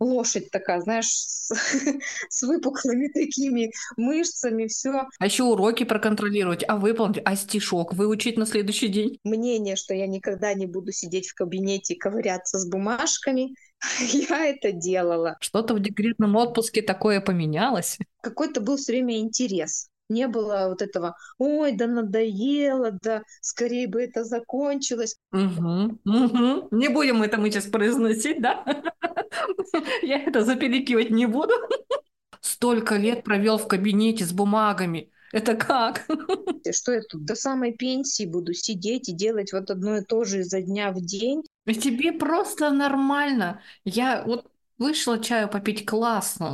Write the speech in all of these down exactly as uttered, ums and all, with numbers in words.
лошадь такая, знаешь, с, с выпуклыми такими мышцами, все. А еще уроки проконтролировать, а выполнить, а стишок выучить на следующий день. Мнение, что я никогда не буду сидеть в кабинете и ковыряться с бумажками, я это делала. Что-то в декретном отпуске такое поменялось. Какой-то был все время интерес. Не было вот этого: ой, да надоело, да скорее бы это закончилось. Мгм, мгм. Не будем это мы сейчас произносить, да? Я это заперекивать не буду. Столько лет провел в кабинете с бумагами. Это как? И что я тут до самой пенсии буду сидеть и делать вот одно и то же изо дня в день? И тебе просто нормально. Я вот вышла чаю попить, классно.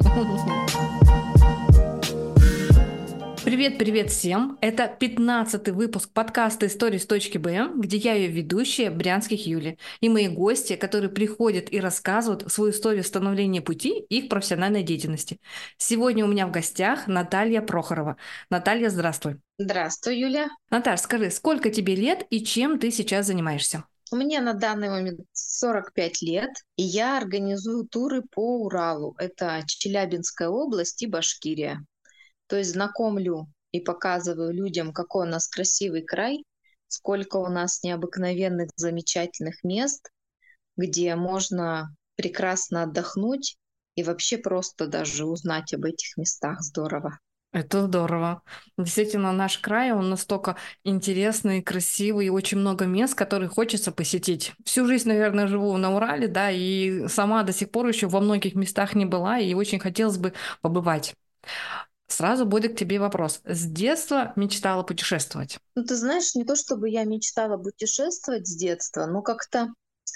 Привет, привет всем! Это пятнадцатый выпуск подкаста «Истории с точки Б», где я ее ведущая, Брянских Юли, и мои гости, которые приходят и рассказывают свою историю становления пути и их профессиональной деятельности. Сегодня у меня в гостях Наталья Прохорова. Наталья, здравствуй. Здравствуй, Юля. Наташ, скажи, сколько тебе лет и чем ты сейчас занимаешься? Мне на данный момент сорок пять лет, и я организую туры по Уралу. Это Челябинская область и Башкирия. То есть знакомлю и показываю людям, какой у нас красивый край, сколько у нас необыкновенных, замечательных мест, где можно прекрасно отдохнуть и вообще просто даже узнать об этих местах. Здорово. Это здорово. Действительно, наш край, он настолько интересный, красивый, и очень много мест, которые хочется посетить. Всю жизнь, наверное, живу на Урале, да, и сама до сих пор еще во многих местах не была, и очень хотелось бы побывать. Сразу будет к тебе вопрос. С детства мечтала путешествовать? Ну, ты знаешь, не то чтобы я мечтала путешествовать с детства, но как-то,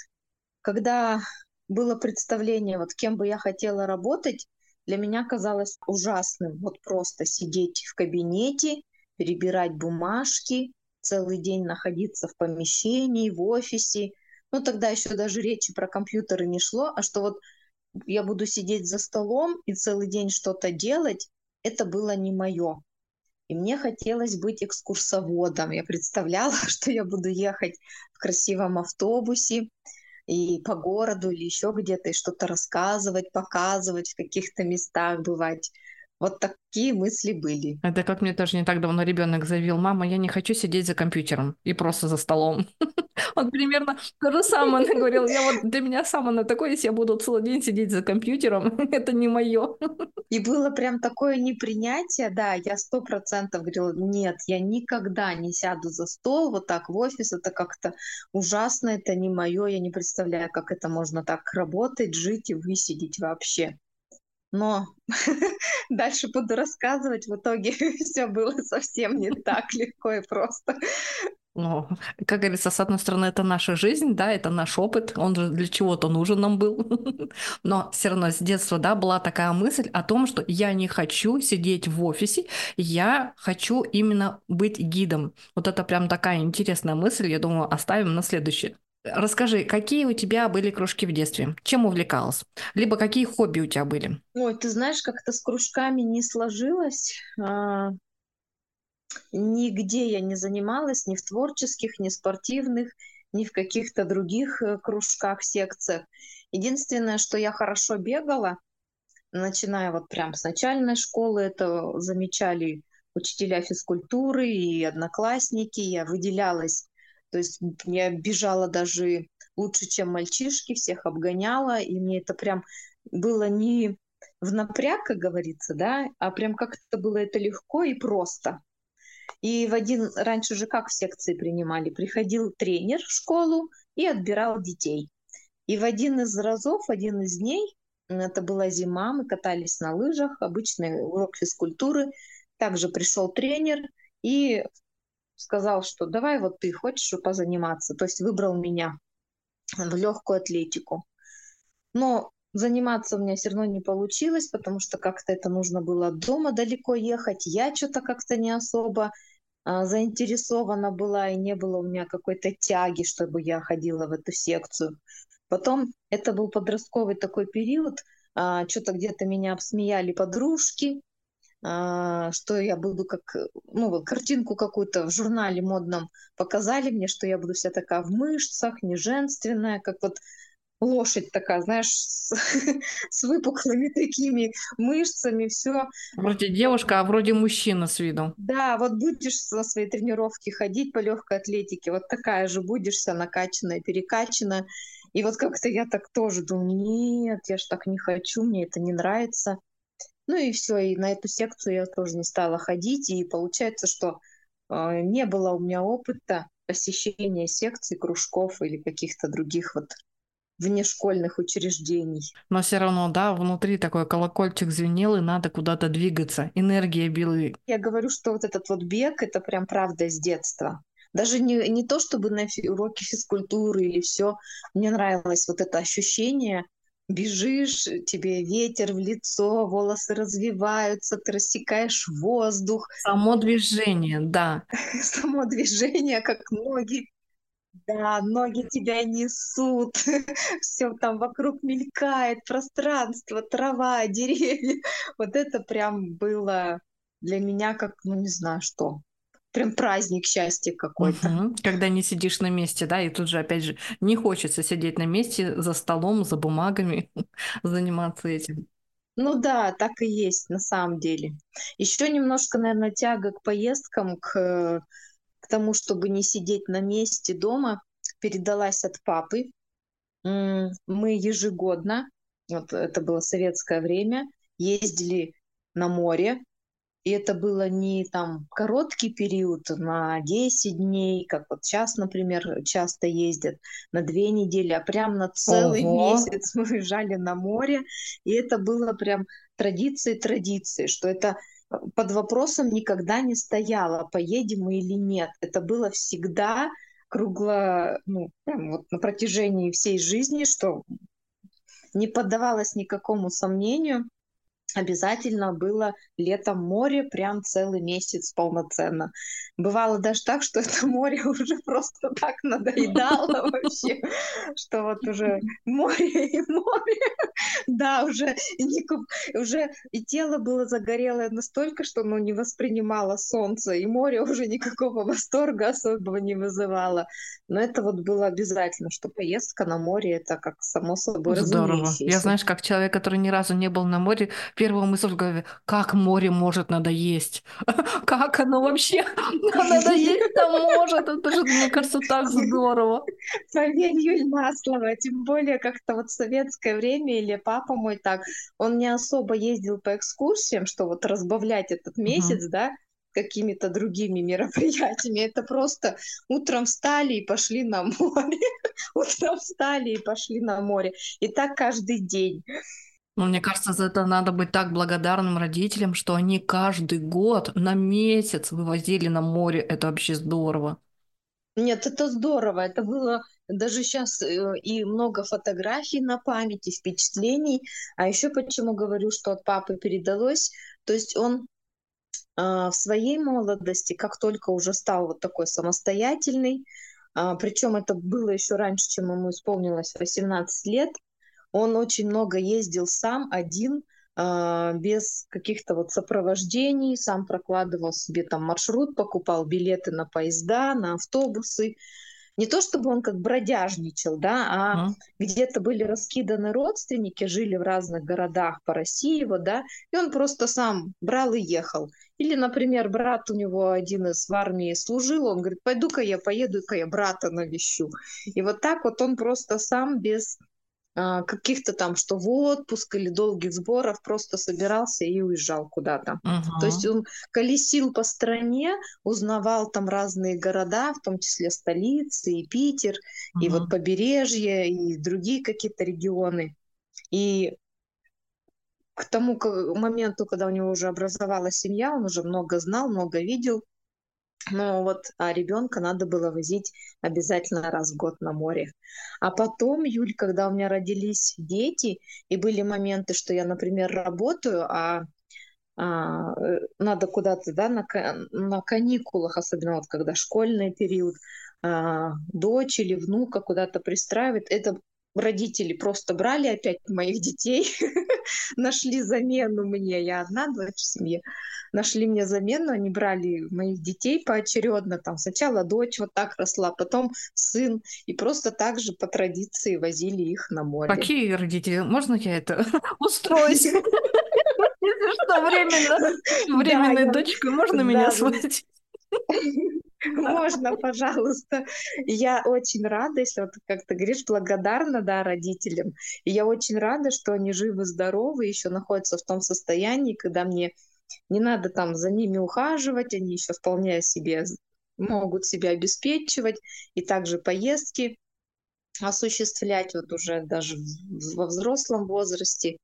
когда было представление, вот кем бы я хотела работать, для меня казалось ужасным вот просто сидеть в кабинете, перебирать бумажки, целый день находиться в помещении, в офисе. Ну, тогда еще даже речи про компьютеры не шло, а что вот я буду сидеть за столом и целый день что-то делать, это было не мое. И мне хотелось быть экскурсоводом. Я представляла, что я буду ехать в красивом автобусе и по городу или еще где-то, и что-то рассказывать, показывать, в каких-то местах бывать. Вот такие мысли были. Это как мне тоже не так давно ребенок заявил: мама, я не хочу сидеть за компьютером и просто за столом. Он примерно то же самое говорил. Я вот для меня сам она такой, если я буду целый день сидеть за компьютером, это не мое. И было прям такое непринятие, да, я сто процентов говорила: нет, я никогда не сяду за стол вот так в офис, это как-то ужасно, это не мое, я не представляю, как это можно так работать, жить и высидеть вообще. Но дальше буду рассказывать, в итоге все было совсем не так легко и просто. Ну, как говорится, с одной стороны, это наша жизнь, да, это наш опыт, он же для чего-то нужен нам был. Но все равно с детства, да, была такая мысль о том, что я не хочу сидеть в офисе, я хочу именно быть гидом. Вот это прям такая интересная мысль, я думаю, оставим на следующее. Расскажи, какие у тебя были кружки в детстве? Чем увлекалась? Либо какие хобби у тебя были? Ой, ты знаешь, как-то с кружками не сложилось. А, Нигде я не занималась, ни в творческих, ни спортивных, ни в каких-то других э, кружках, секциях. Единственное, что я хорошо бегала, начиная вот прям с начальной школы, это замечали учителя физкультуры и одноклассники, я выделялась. То есть я бежала даже лучше, чем мальчишки, всех обгоняла, и мне это прям было не в напряг, как говорится, да, а прям как-то было это легко и просто. И в один раньше же как в секции принимали? Приходил тренер в школу и отбирал детей. И в один из разов, один из дней, это была зима, мы катались на лыжах, обычный урок физкультуры. Также пришел тренер и сказал, что давай вот ты хочешь позаниматься. То есть выбрал меня в легкую атлетику. Но заниматься у меня все равно не получилось, потому что как-то это нужно было от дома далеко ехать. Я что-то как-то не особо а, заинтересована была, и не было у меня какой-то тяги, чтобы я ходила в эту секцию. Потом это был подростковый такой период, а, что-то где-то меня обсмеяли подружки, а, что я буду как, ну, вот картинку какую-то в журнале модном показали мне, что я буду вся такая в мышцах, не женственная, как вот лошадь такая, знаешь, с, с выпуклыми такими мышцами, все. Вроде девушка, а вроде мужчина с виду. Да, вот будешь на свои тренировки ходить по легкой атлетике, вот такая же будешь вся накачанная, перекачанная. И вот как-то я так тоже думаю, нет, я ж так не хочу, мне это не нравится. Ну и все, и на эту секцию я тоже не стала ходить. И получается, что э, не было у меня опыта посещения секций, кружков или каких-то других вот внешкольных учреждений. Но все равно, да, внутри такой колокольчик звенел, и надо куда-то двигаться. Энергия била. Я говорю, что вот этот вот бег — это прям правда с детства. Даже не, не то, чтобы на фи- уроке физкультуры или все. Мне нравилось вот это ощущение. Бежишь, тебе ветер в лицо, волосы развиваются, ты рассекаешь воздух, Само движение, да. само движение, как ноги, да, ноги тебя несут, все там вокруг мелькает, пространство, трава, деревья. Вот это прям было для меня как, ну не знаю что, прям праздник счастья какой-то. Мгм. Когда не сидишь на месте, да, и тут же, опять же, не хочется сидеть на месте за столом, за бумагами, заниматься этим. Ну да, так и есть на самом деле. Еще немножко, наверное, тяга к поездкам, к, э, к тому, чтобы не сидеть на месте дома, передалась от папы. М, Мы ежегодно, вот это было советское время, ездили на море. И это было не там короткий период на десять дней, как вот сейчас, например, часто ездят на две недели, а прям на целый Ого! месяц мы уезжали на море. И это было прям традицией традиции, что это э, под вопросом никогда не стояло, поедем мы или нет. Это было всегда кругло, ну, прям вот на протяжении всей жизни, что не поддавалось никакому сомнению. Обязательно было летом море прям целый месяц полноценно. Бывало даже так, что это море уже просто так надоедало вообще, что вот уже море и море. Да, уже и не куп- уже и тело было загорелое настолько, что оно не воспринимало солнце, и море уже никакого восторга особого не вызывало. Но это вот было обязательно, что поездка на море — это как само собой Здорово. Я, разумеющееся. знаешь, как человек, который ни разу не был на море, первая мысль в голове, как море может надоесть? Как оно вообще надоесть-то может? Это же, мне кажется, так здорово. Поверь, Юль, на слово. Тем более как-то вот в советское время, или папа мой так, он не особо ездил по экскурсиям, что вот разбавлять этот Мгм. месяц, да, какими-то другими мероприятиями. Это просто утром встали и пошли на море. Утром встали и пошли на море. И так каждый день. Ну, мне кажется, за это надо быть так благодарным родителям, что они каждый год на месяц вывозили на море. Это вообще здорово. Нет, это здорово. Это было даже сейчас и много фотографий на память, и впечатлений. А еще почему говорю, что от папы передалось. То есть он а, в своей молодости, как только уже стал вот такой самостоятельный, а, причем это было еще раньше, чем ему исполнилось восемнадцать лет, он очень много ездил сам, один, а, без каких-то вот сопровождений, сам прокладывал себе там маршрут, покупал билеты на поезда, на автобусы. Не то чтобы он как бродяжничал, да, а Мгм. где-то были раскиданы родственники, жили в разных городах по России, вот, да, и он просто сам брал и ехал. Или, например, брат у него один из в армии служил, он говорит, пойду-ка я поеду-ка я брата навещу. И вот так вот он просто сам без а, каких-то там, что в отпуск или долгих сборов, просто собирался и уезжал куда-то. То есть Мгм. он колесил по стране, узнавал там разные города, в том числе столицы, и Питер, и вот Мгм. побережье, и другие какие-то регионы. И к тому ка- моменту, когда у него уже образовалась семья, он уже много знал, много видел, но вот а ребенка надо было возить обязательно раз в год на море. А потом, Юль, когда у меня родились дети, и были моменты, что я, например, работаю, а, а, э, надо куда-то, да, на, ка- на каникулах, особенно вот когда школьный период, а, дочь или внука куда-то пристраивает, это родители просто брали опять моих детей, нашли замену мне. Я одна дочь в семье. Нашли мне замену, они брали моих детей поочередно. Там сначала дочь вот так росла, потом сын. И просто так же по традиции возили их на море. Какие родители? Можно я это устроить? Если что, временно, Да, временной я, дочкой можно меня да, сводить? можно, пожалуйста. Я очень рада, если вот, как ты говоришь, благодарна, да, родителям. И я очень рада, что они живы, здоровы, еще находятся в том состоянии, когда мне не надо там за ними ухаживать, они еще вполне себе могут себя обеспечивать, и также поездки осуществлять вот уже даже во взрослом возрасте.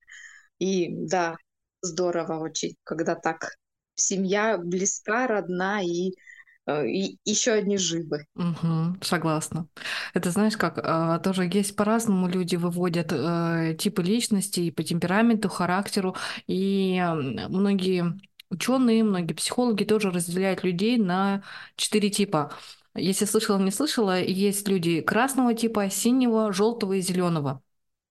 И да, здорово очень, когда так семья близка, родна, и, э, и еще одни живы. Мгм, согласна. Это знаешь, как а, тоже есть по-разному люди выводят э, типы личности и по темпераменту, характеру, и м, многие ученые, многие психологи тоже разделяют людей на четыре типа. Если слышала, не слышала, есть люди красного типа, синего, желтого и зеленого.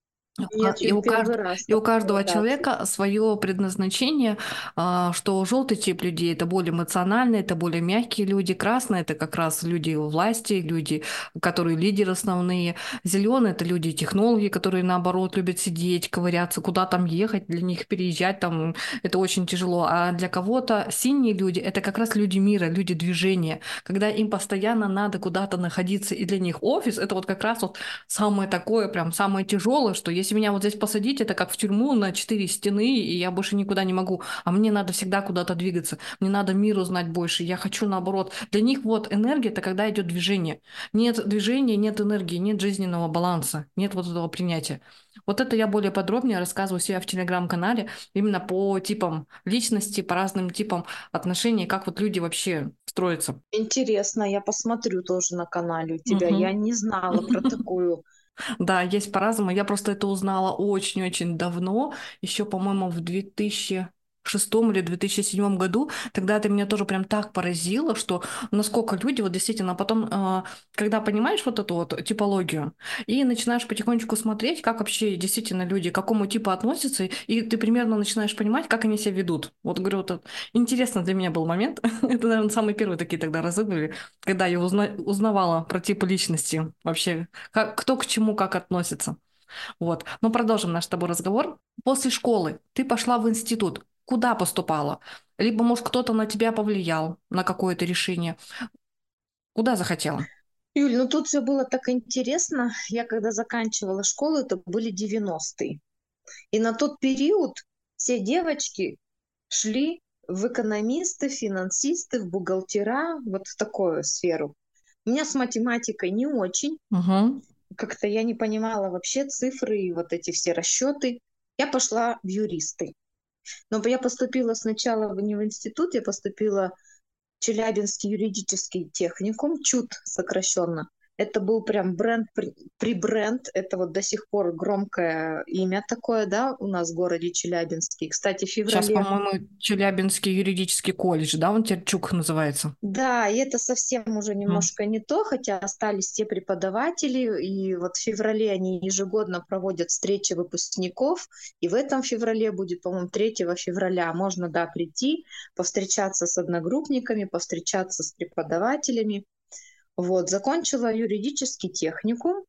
Нет, И у, первый кажд- раз и у такое, каждого да. человека свое предназначение, а, что желтый тип людей это более эмоциональные, это более мягкие люди, красный это как раз люди власти, люди, которые лидеры основные, зеленый это люди технологи, которые наоборот любят сидеть, ковыряться, куда там ехать, для них переезжать там это очень тяжело, а для кого-то синие люди это как раз люди мира, люди движения, когда им постоянно надо куда-то находиться, и для них офис это вот как раз вот самое такое, прям самое тяжелое, что если меня вот здесь посадить, это как в тюрьму на четыре стены, и я больше никуда не могу. А мне надо всегда куда-то двигаться. Мне надо мир узнать больше. Я хочу наоборот. Для них вот энергия — это когда идет движение. Нет движения, нет энергии, нет жизненного баланса, нет вот этого принятия. Вот это я более подробнее рассказываю себя в телеграм-канале именно по типам личности, по разным типам отношений, как вот люди вообще строятся. Интересно, я посмотрю тоже на канале у тебя. Я Мгм. не знала про такую. Да, есть по-разному. Я просто это узнала очень-очень давно, еще, по-моему, в две тысячи шестом или две тысячи седьмом году. Тогда это меня тоже прям так поразило, что насколько люди, вот действительно, а потом, э, когда понимаешь вот эту вот типологию, и начинаешь потихонечку смотреть, как вообще действительно люди к какому типу относятся, и ты примерно начинаешь понимать, как они себя ведут. Вот говорю, вот это интересно для меня был момент. Это, наверное, самые первые такие тогда разы были, когда я узна- узнавала про типы личности вообще, как, кто к чему как относится. Вот. Но продолжим наш с тобой разговор. После школы ты пошла в институт. Куда поступала? Либо, может, кто-то на тебя повлиял, на какое-то решение. Куда захотела? Юль, ну тут все было так интересно. Я когда заканчивала школу, это были девяностые. И на тот период все девочки шли в экономисты, финансисты, в бухгалтера, вот в такую сферу. У меня с математикой не очень. Угу. Как-то я не понимала вообще цифры и вот эти все расчеты. Я пошла в юристы. Но я поступила сначала в- не в институт, я поступила в Челябинский юридический техникум, ЧУТ сокращенно. Это был прям бренд, при, при бренд, это вот до сих пор громкое имя такое, да, у нас в городе Челябинске. Кстати, в Сейчас, феврале. по-моему, Челябинский юридический колледж, да, он теперь ЧУК называется. Да, и это совсем уже Мгм. немножко не то, хотя остались те преподаватели, и вот в феврале они ежегодно проводят встречи выпускников, и в этом феврале будет, по-моему, третьего февраля можно, да, прийти, повстречаться с одногруппниками, повстречаться с преподавателями. Вот, закончила юридический техникум,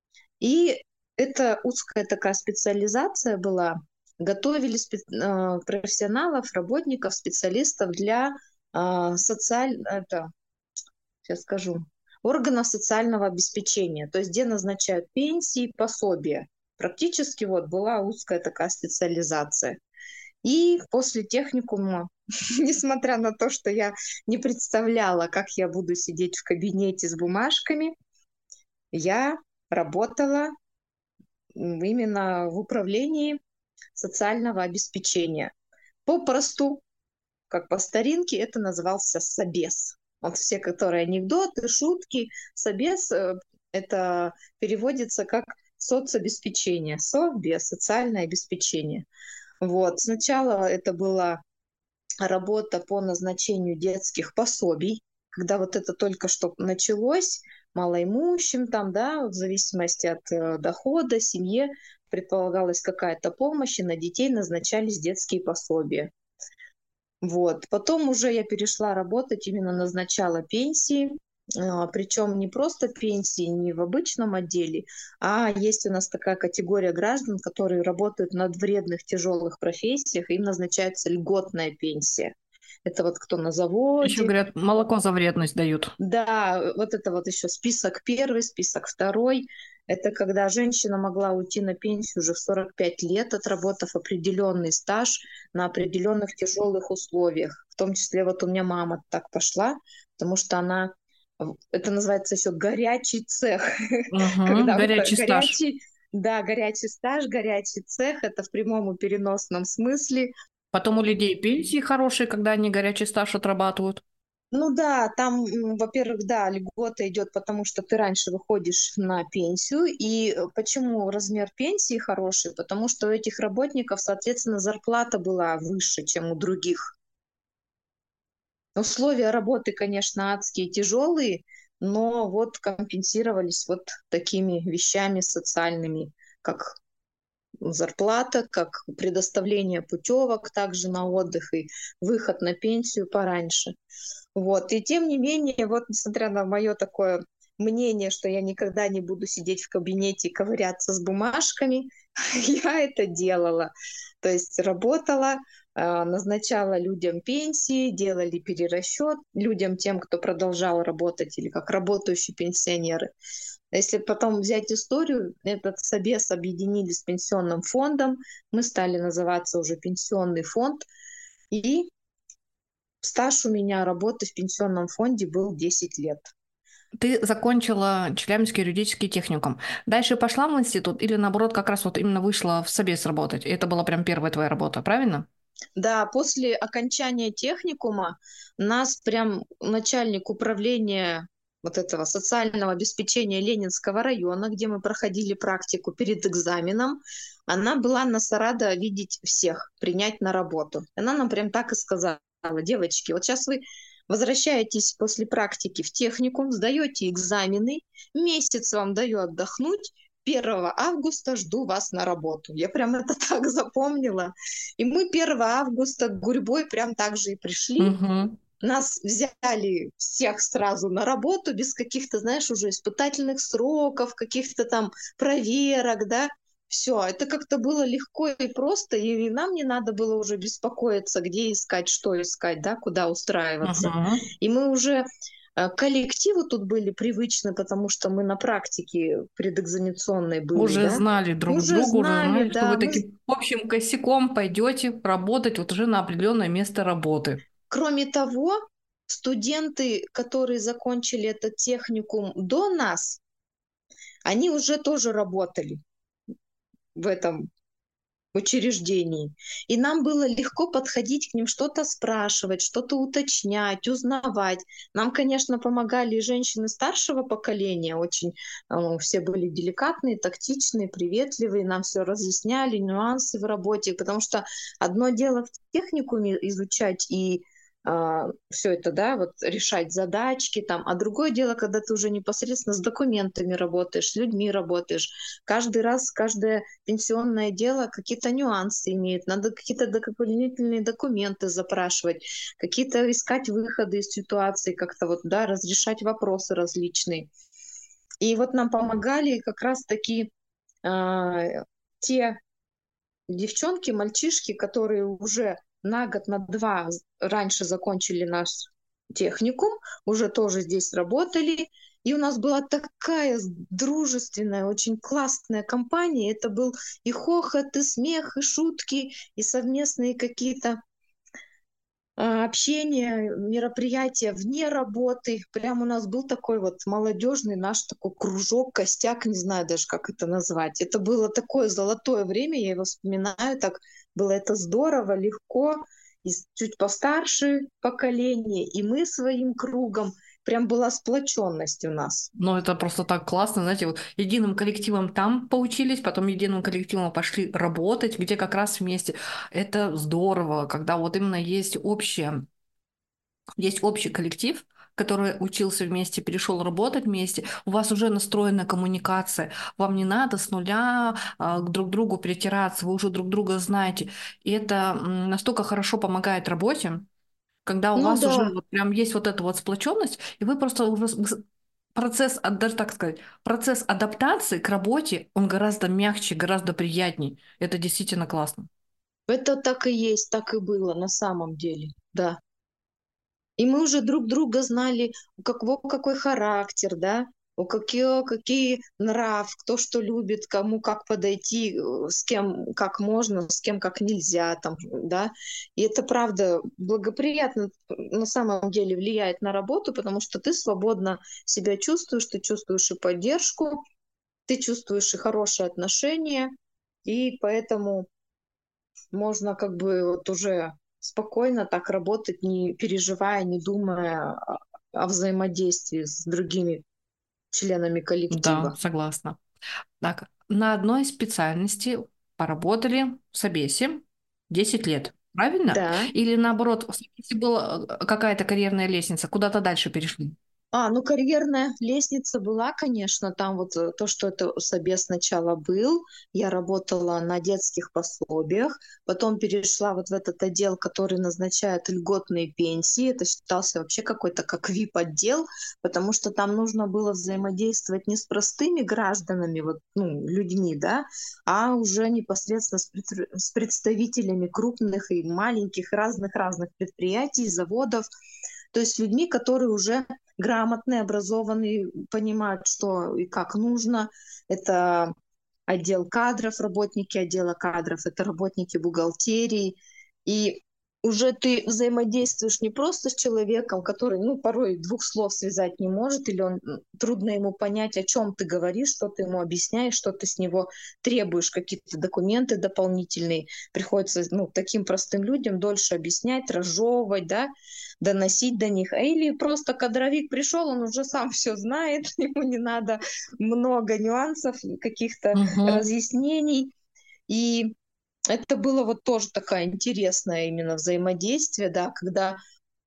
и это узкая такая специализация была. Готовили спе- э, профессионалов, работников, специалистов для а, социаль... это, сейчас скажу, органов социального обеспечения, то есть где назначают пенсии, пособия. Практически вот была узкая такая специализация. И после техникума, несмотря на то, что я не представляла, как я буду сидеть в кабинете с бумажками, я работала именно в управлении социального обеспечения. Попросту, как по старинке, это назывался собес. Вот все, которые анекдоты, шутки, собес, э, это переводится как соцобеспечение. Совбез, социальное обеспечение. Вот. Сначала это была работа по назначению детских пособий, когда вот это только что началось, малоимущим, там, да, в зависимости от э, дохода, семье предполагалась какая-то помощь, и на детей назначались детские пособия. Вот. Потом уже я перешла работать именно на начало пенсии, а, причем не просто пенсии, не в обычном отделе, а есть у нас такая категория граждан, которые работают над вредных тяжелых профессиях, им назначается льготная пенсия. Это вот кто на Еще заводе. говорят, молоко за вредность дают. Да, вот это вот еще список первый, список второй. Это когда женщина могла уйти на пенсию уже в сорок пять лет, отработав определенный стаж на определенных тяжелых условиях. В том числе вот у меня мама так пошла, потому что она, это называется еще горячий цех, Угу, когда вот горячий стаж. горячий, да, горячий стаж, горячий цех, это в прямом и переносном смысле. Потом у людей пенсии хорошие, когда они горячий стаж отрабатывают. Ну да, там, м, во-первых, да, льгота идет, потому что ты раньше выходишь на пенсию. И э, почему размер пенсии хороший? Потому что у этих работников, соответственно, зарплата была выше, чем у других. Условия работы, конечно, адские, тяжелые, но вот компенсировались вот такими вещами социальными, как зарплата, как предоставление путевок также на отдых и выход на пенсию пораньше. Вот. И тем не менее, вот несмотря на мое такое мнение, что я никогда не буду сидеть в кабинете и ковыряться с бумажками, я это делала. То есть работала, а, назначала людям пенсии, делали перерасчет людям, тем, кто продолжал работать, или как работающие пенсионеры. Если потом взять историю, этот собес объединили с пенсионным фондом, мы стали называться уже пенсионный фонд, и стаж у меня работы в пенсионном фонде был десять лет. Ты закончила Челябинский юридический техникум. Дальше пошла в институт или, наоборот, как раз вот именно вышла в собес работать? И это была прям первая твоя работа, правильно? Да, после окончания техникума нас прям начальник управления вот этого социального обеспечения Ленинского района, где мы проходили практику перед экзаменом, она была нас рада видеть всех, принять на работу. Она нам прям так и сказала: девочки, вот сейчас вы возвращаетесь после практики в техникум, сдаете экзамены, месяц вам даю отдохнуть, первого августа жду вас на работу. Я прям это так запомнила. И мы первого августа гурьбой прям так же и пришли. Угу. Нас взяли всех сразу на работу без каких-то, знаешь, уже испытательных сроков, каких-то там проверок, да. Все, это как-то было легко и просто, и нам не надо было уже беспокоиться, где искать, что искать, да, куда устраиваться. Угу. И мы уже э, коллективу тут были привычны, потому что мы на практике предэкзаменационной были, Уже да. знали друг Уже друга, уже знали, знали, что да, вы мы таким общим косяком пойдете работать вот уже на определенное место работы. Кроме того, студенты, которые закончили этот техникум до нас, они уже тоже работали в этом учреждении. И нам было легко подходить к ним, что-то спрашивать, что-то уточнять, узнавать. Нам, конечно, помогали и женщины старшего поколения, очень э, все были деликатные, тактичные, приветливые, нам все разъясняли, нюансы в работе, потому что одно дело в техникуме изучать и а, все это, да, вот решать задачки там, а другое дело, когда ты уже непосредственно с документами работаешь, с людьми работаешь. Каждый раз, каждое пенсионное дело какие-то нюансы имеет, надо какие-то дополнительные документы запрашивать, какие-то искать выходы из ситуации, как-то вот, да, разрешать вопросы различные. И вот нам помогали как раз-таки а, те девчонки, мальчишки, которые уже на год, на два раньше закончили наш техникум, уже тоже здесь работали. И у нас была такая дружественная, очень классная компания. Это был и хохот, и смех, и шутки, и совместные какие-то а, общение, мероприятия вне работы. Прям у нас был такой вот молодежный наш такой кружок, костяк, не знаю даже, как это назвать. Это было такое золотое время, я его вспоминаю, так было это здорово, легко, и чуть постарше поколение, и мы своим кругом. Прям была сплоченность у нас. Но это просто так классно, знаете, вот единым коллективом там поучились, потом единым коллективом пошли работать, где как раз вместе. Это здорово, когда вот именно есть общее, есть общий коллектив, который учился вместе, перешел работать вместе, у вас уже настроена коммуникация, вам не надо с нуля а, к друг другу притираться, вы уже друг друга знаете. И это м, настолько хорошо помогает работе, когда у Ну вас да, уже вот прям есть вот эта вот сплоченность, и вы просто уже с- с- процесс, а, даже так сказать, процесс адаптации к работе, он гораздо мягче, гораздо приятней. Это действительно классно. это так и есть, так и было на самом деле, да. И мы уже друг друга знали, у кого какой характер, да, у какие, какие нрав, кто что любит, кому как подойти, э, с кем как можно, с кем как нельзя, там, да. И это правда благоприятно э, на самом деле влияет на работу, потому что ты свободно себя чувствуешь, ты чувствуешь и поддержку, ты чувствуешь и хорошие отношения, и поэтому можно как бы вот уже спокойно так работать, не переживая, не думая о о взаимодействии с другими членами Да, коллектива. согласна. Так, на одной специальности поработали в собесе десять лет, правильно? Да. Или наоборот, в собесе была э, какая-то карьерная лестница, куда-то дальше перешли? А, ну карьерная лестница была, конечно, там вот э, то, что это собес сначала был. Я работала на детских пособиях, потом перешла вот в этот отдел, который назначает льготные пенсии. Это считался вообще какой-то как ви ай пи-отдел, потому что там нужно было взаимодействовать не с простыми гражданами, вот, ну, людьми, да, а уже непосредственно с, пред- с представителями крупных и маленьких разных-разных предприятий, заводов, то есть людьми, которые уже грамотные, образованные, понимают, что и как нужно. Это отдел кадров, работники отдела кадров, это работники бухгалтерии. И уже ты взаимодействуешь не просто с человеком, который, ну, порой двух слов связать не может, или он м, трудно ему понять, о чем ты говоришь, что ты ему объясняешь, что ты с него требуешь, какие-то документы дополнительные. Приходится, ну, таким простым людям дольше объяснять, разжевывать, да, доносить до них. А или просто кадровик пришел, он уже сам все знает, ему не надо много нюансов, каких-то Мгм. разъяснений. И это было вот тоже такая интересная именно взаимодействие, да, когда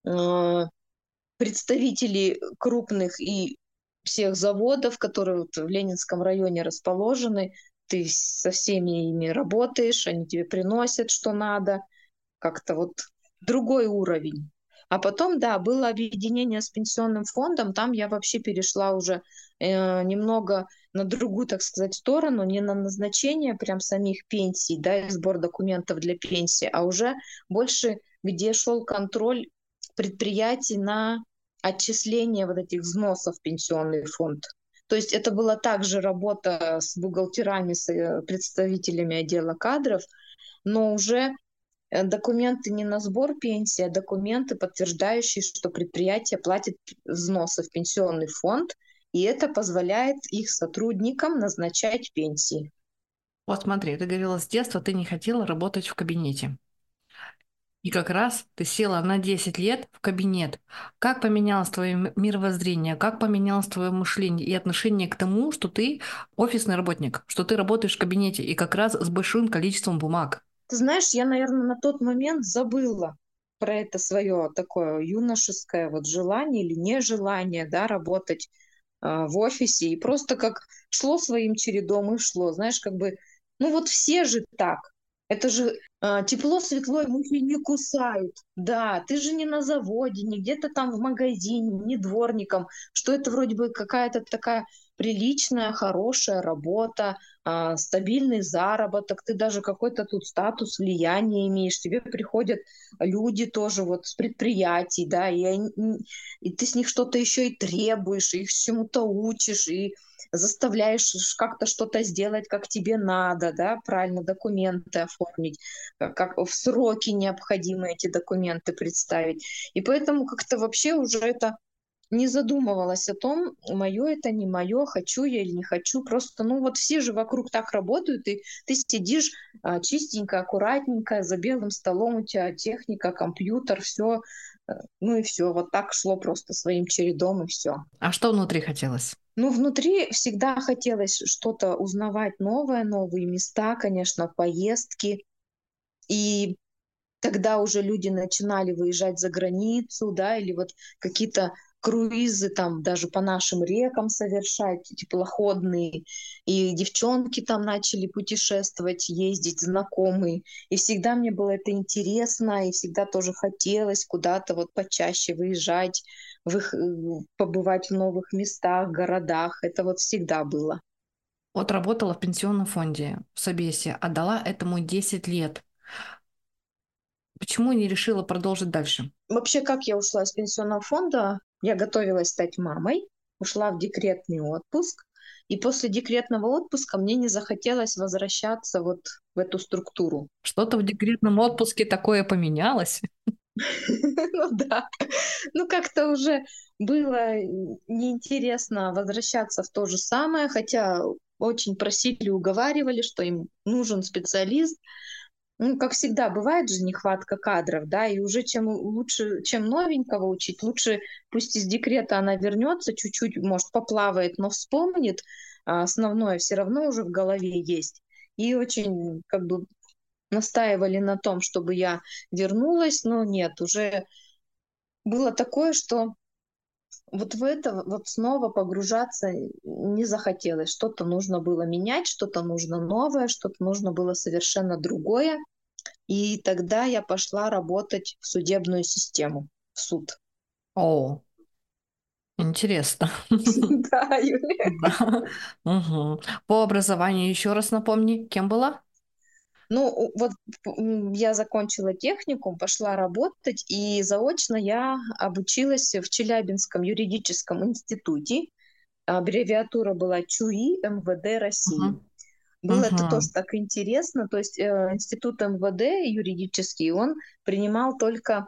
э, представители крупных и всех заводов, которые вот в Ленинском районе расположены, ты со всеми ими работаешь, они тебе приносят, что надо, как-то вот другой уровень. А потом, да, было объединение с пенсионным фондом, там я вообще перешла уже э, немного на другую, так сказать, сторону, не на назначение прям самих пенсий, да, и сбор документов для пенсии, а уже больше, где шел контроль предприятий на отчисление вот этих взносов в пенсионный фонд. То есть это была также работа с бухгалтерами, с э, представителями отдела кадров, но уже э, документы не на сбор пенсии, а документы, подтверждающие, что предприятие платит взносы в пенсионный фонд, и это позволяет их сотрудникам назначать пенсии. Вот смотри, ты говорила, с детства ты не хотела работать в кабинете. И как раз ты села на десять лет в кабинет. Как поменялось твое м- мировоззрение, как поменялось твое мышление и отношение к тому, что ты офисный работник, что ты работаешь в кабинете и как раз с большим количеством бумаг? Ты знаешь, я, наверное, на тот момент забыла про это свое такое юношеское вот желание или нежелание, да, работать а, в офисе. И просто как шло своим чередом и шло. Знаешь, как бы, ну вот все же так. Это же а, тепло, светло, и мухи не кусают. Да, ты же не на заводе, не где-то там в магазине, не дворником, что это вроде бы какая-то такая приличная, хорошая работа, а, стабильный заработок, ты даже какой-то тут статус, влияние имеешь, тебе приходят люди тоже вот с предприятий, да, и, они, и ты с них что-то еще и требуешь, и их чему-то учишь, и заставляешь как-то что-то сделать, как тебе надо, да, правильно документы оформить, э, как в сроки необходимо эти документы представить. И поэтому как-то вообще уже это не задумывалась о том, мое это, не мое, хочу я или не хочу. Просто, ну вот все же вокруг так работают, и ты сидишь а, чистенько, аккуратненько, за белым столом у тебя техника, компьютер, все, ну и все, вот так шло просто своим чередом и все. А что внутри хотелось? Ну, внутри всегда хотелось что-то узнавать новое, новые места, конечно, поездки. И тогда уже люди начинали выезжать за границу, да, или вот какие-то круизы там даже по нашим рекам совершать, теплоходные. И девчонки там начали путешествовать, ездить, знакомые. И всегда мне было это интересно, и всегда тоже хотелось куда-то вот почаще выезжать, в их, э, побывать в новых местах, городах. Это вот всегда было. Вот работала в пенсионном фонде в Собесе, отдала этому десять лет. Почему не решила продолжить дальше? Вообще, как я ушла из пенсионного фонда? Я готовилась стать мамой, ушла в декретный отпуск. И после декретного отпуска мне не захотелось возвращаться вот в эту структуру. Что-то в декретном отпуске такое поменялось? Ну да. Ну как-то уже было неинтересно возвращаться в то же самое, хотя очень просили, уговаривали, что им нужен специалист. Ну, как всегда, бывает же нехватка кадров, да, и уже чем лучше, чем новенького учить, лучше пусть из декрета она вернется, чуть-чуть, может, поплавает, но вспомнит, а основное все равно уже в голове есть. И очень как бы настаивали на том, чтобы я вернулась, но нет, уже было такое, что вот в это вот снова погружаться не захотелось. Что-то нужно было менять, что-то нужно новое, что-то нужно было совершенно другое. И тогда я пошла работать в судебную систему, в суд. О, интересно. Да, Юля. Да. Мгм. По образованию еще раз напомни, кем была? Ну, у- вот м, я закончила техникум, пошла работать, и заочно я обучилась в Челябинском юридическом институте. Аббревиатура была ЧУИ МВД России. Мгм. Было это тоже Мгм. так интересно. То есть э, институт МВД юридический, он принимал только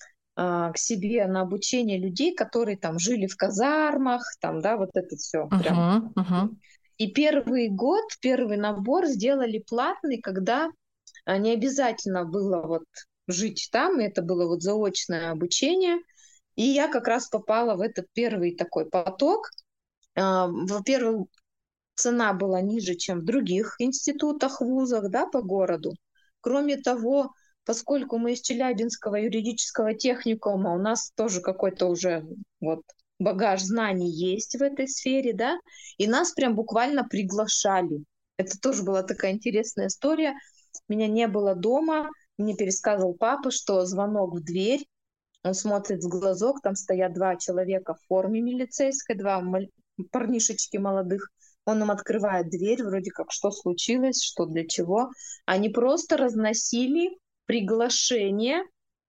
а, к себе на обучение людей, которые там жили в казармах, там, да, вот это все прям. Мгм. Мгм. И первый год, первый набор сделали платный, когда а, не обязательно было вот жить там, это было вот заочное обучение. И я как раз попала в этот первый такой поток. А, Во-первых, цена была ниже, чем в других институтах, вузах, да, по городу. Кроме того, поскольку мы из Челябинского юридического техникума, у нас тоже какой-то уже вот багаж знаний есть в этой сфере, да, и нас прям буквально приглашали. Это тоже была такая интересная история. Меня не было дома, мне пересказывал папа, что звонок в дверь, он смотрит в глазок, там стоят два человека в форме милицейской, два маль- парнишечки молодых. Он им открывает дверь, вроде как, что случилось, что для чего. Они просто разносили приглашение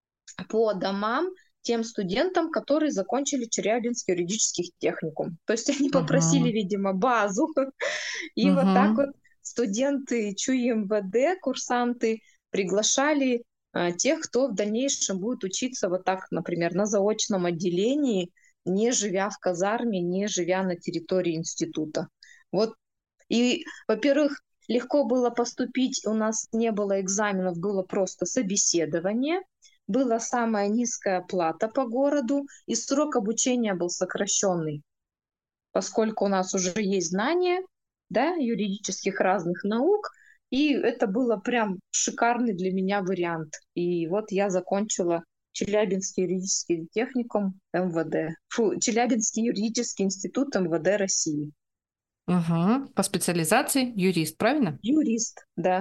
по домам тем студентам, которые закончили Челябинский юридический техникум. То есть они попросили, Мгм. видимо, базу. И вот так Мгм. вот студенты ЧУИ МВД, курсанты, приглашали а, тех, кто в дальнейшем будет учиться вот так, например, на заочном отделении, не живя в казарме, не живя на территории института. Вот. И, во-первых, легко было поступить, у нас не было экзаменов, было просто собеседование, была самая низкая плата по городу, и срок обучения был сокращенный, поскольку у нас уже есть знания, да, юридических разных наук, и это было прям шикарный для меня вариант. И вот я закончила Челябинский юридический техникум МВД, фу, Челябинский юридический институт МВД России. Мгм. По специализации юрист, правильно? Юрист, да.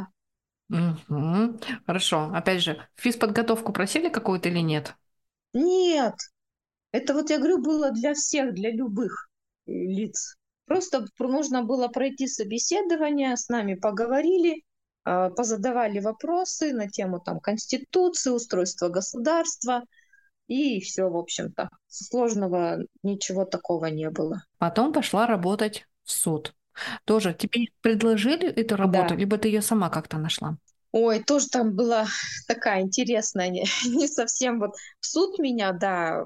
Мгм. Хорошо. Опять же, физподготовку просили какую-то или нет? Нет, это вот я говорю, было для всех, для любых э, лиц. Просто пр- нужно было пройти собеседование, с нами поговорили, а, позадавали вопросы на тему там Конституции, устройства государства, и все, в общем-то. Сложного ничего такого не было. Потом пошла работать в суд. Тоже тебе предложили эту работу, Да. либо ты ее сама как-то нашла? Ой, тоже там была такая интересная, не, не совсем вот в суд меня, да,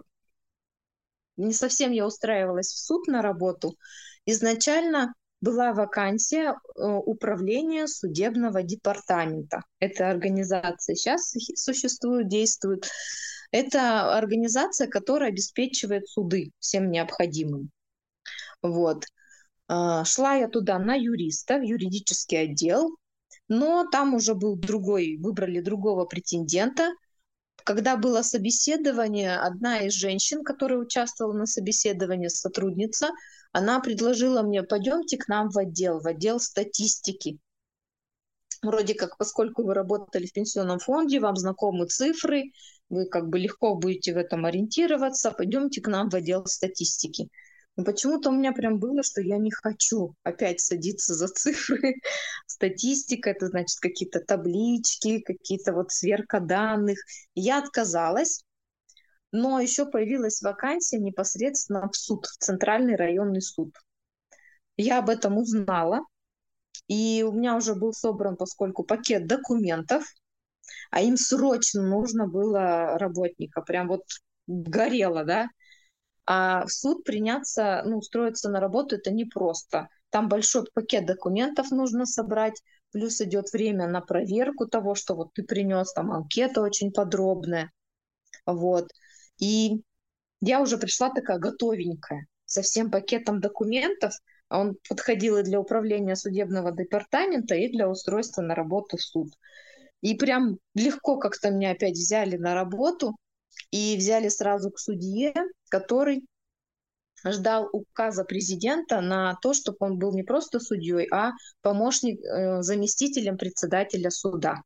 не совсем я устраивалась в суд на работу. Изначально была вакансия э, управления судебного департамента. Это организация сейчас существует, действует. Это организация, которая обеспечивает суды всем необходимым. Вот. А, Шла я туда на юриста, в юридический отдел, но там уже был другой, выбрали другого претендента, Когда было собеседование, одна из женщин, которая участвовала на собеседовании, сотрудница, она предложила мне: пойдемте к нам в отдел, в отдел статистики. Вроде как, поскольку вы работали в пенсионном фонде, вам знакомы цифры, вы как бы легко будете в этом ориентироваться, пойдемте к нам в отдел статистики. Но почему-то у меня прям было, что я не хочу опять садиться за цифры. Статистика — это значит какие-то таблички, какие-то вот сверка данных. Я отказалась, но еще появилась вакансия непосредственно в суд, в Центральный районный суд. Я об этом узнала, и у меня уже был собран, поскольку пакет документов, а им срочно нужно было работника, прям вот горело, да. А в суд приняться, ну, устроиться на работу — это непросто. Там большой пакет документов нужно собрать, плюс идет время на проверку того, что вот ты принес, там анкета очень подробная, вот. И я уже пришла такая готовенькая, со всем пакетом документов. Он подходил и для управления судебного департамента, и для устройства на работу в суд. И прям легко как-то меня опять взяли на работу, и взяли сразу к судье, который ждал указа президента на то, чтобы он был не просто судьей, а помощник, э, заместителем председателя суда.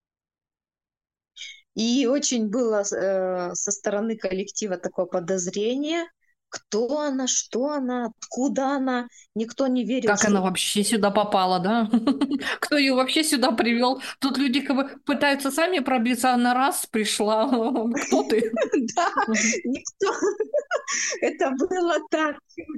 И очень было э, со стороны коллектива такое подозрение, кто она, что она, откуда она. Никто не верил, Как она что... вообще сюда попала, да? Кто ее вообще сюда привел? Тут люди как бы пытаются сами пробиться, а она раз пришла. Кто ты? Да, никто... Это было так.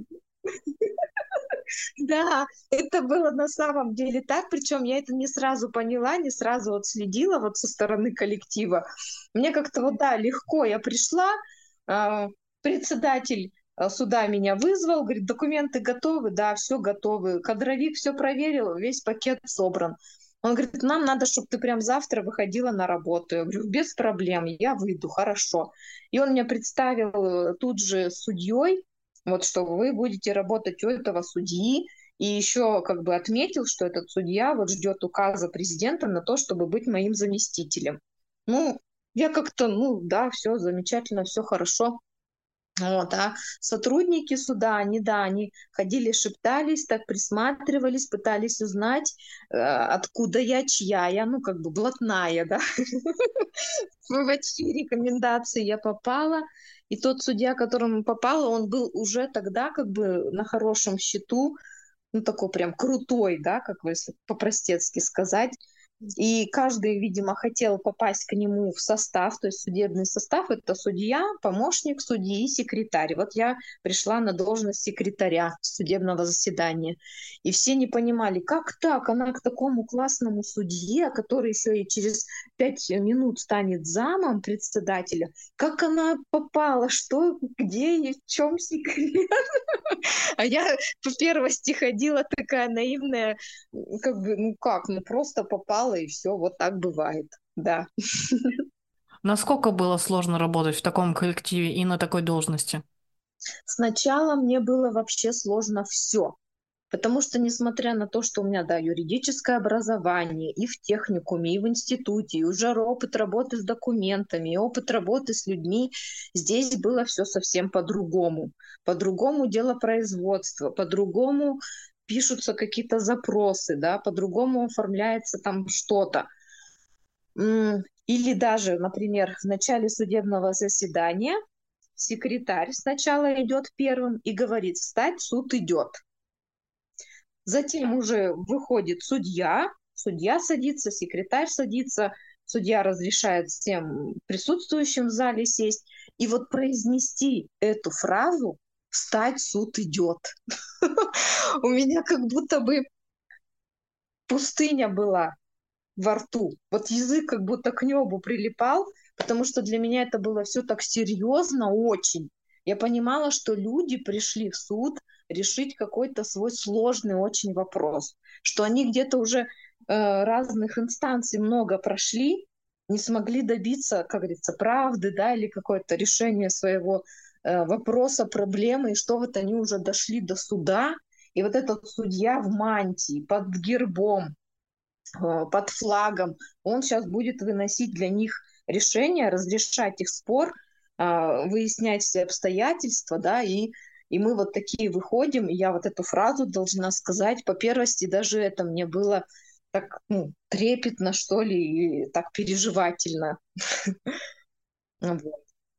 Да, это было на самом деле так, причем я это не сразу поняла, не сразу вот следила вот со стороны коллектива. Мне как-то вот, да, легко, я пришла, а, председатель а, суда меня вызвал, говорит: документы готовы? Да, все готовы. Кадровик все проверил, весь пакет собран. Он говорит: нам надо, чтобы ты прям завтра выходила на работу. Я говорю: без проблем, я выйду, хорошо. И он меня представил э, тут же с судьей, вот что вы будете работать у этого судьи, и еще как бы отметил, что этот судья вот ждет указа президента на то, чтобы быть моим заместителем. Ну, я как-то, ну да, все замечательно, все хорошо. Вот, а сотрудники суда, они, да, они ходили, шептались, так присматривались, пытались узнать, э, откуда я, чья я, ну, как бы блатная, да. В чьи рекомендации я попала. И тот судья, к которому попала, он был уже тогда как бы на хорошем счету, ну, такой прям крутой, да, как бы, если по-простецки сказать. И каждый, видимо, хотел попасть к нему в состав, то есть судебный состав — это судья, помощник судьи и секретарь. Вот я пришла на должность секретаря судебного заседания. И все не понимали, как так, она к такому классному судье, который еще и через пять минут станет замом председателя, как она попала, что, где и в чем секрет? А я по первости ходила такая наивная, как бы, ну как, ну просто попала и все, вот так бывает, да. Насколько было сложно работать в таком коллективе и на такой должности? Сначала мне было вообще сложно все, потому что, несмотря на то, что у меня, да, юридическое образование и в техникуме, и в институте, и уже опыт работы с документами, и опыт работы с людьми, здесь было все совсем по-другому. По-другому дело производства, по-другому пишутся какие-то запросы, да, по-другому оформляется там что-то. Или даже, например, в начале судебного заседания секретарь сначала идет первым и говорит: встать, суд идет. Затем уже выходит судья, судья садится, секретарь садится, судья разрешает всем присутствующим в зале сесть. И вот произнести эту фразу «встать, суд идет» у меня как будто бы пустыня была во рту. Вот язык как будто к небу прилипал, потому что для меня это было все так серьезно очень. Я понимала, что люди пришли в суд решить какой-то свой сложный очень вопрос, что они где-то уже э, разных инстанций много прошли, не смогли добиться, как говорится, правды, да, или какое-то решение своего э, вопроса, проблемы, и что вот они уже дошли до суда, и вот этот судья в мантии, под гербом, под флагом, он сейчас будет выносить для них решения, разрешать их спор, а, выяснять все обстоятельства, да, и, и мы вот такие выходим, и я вот эту фразу должна сказать. По первости даже это мне было так, ну, трепетно, что ли, и так переживательно. Вот.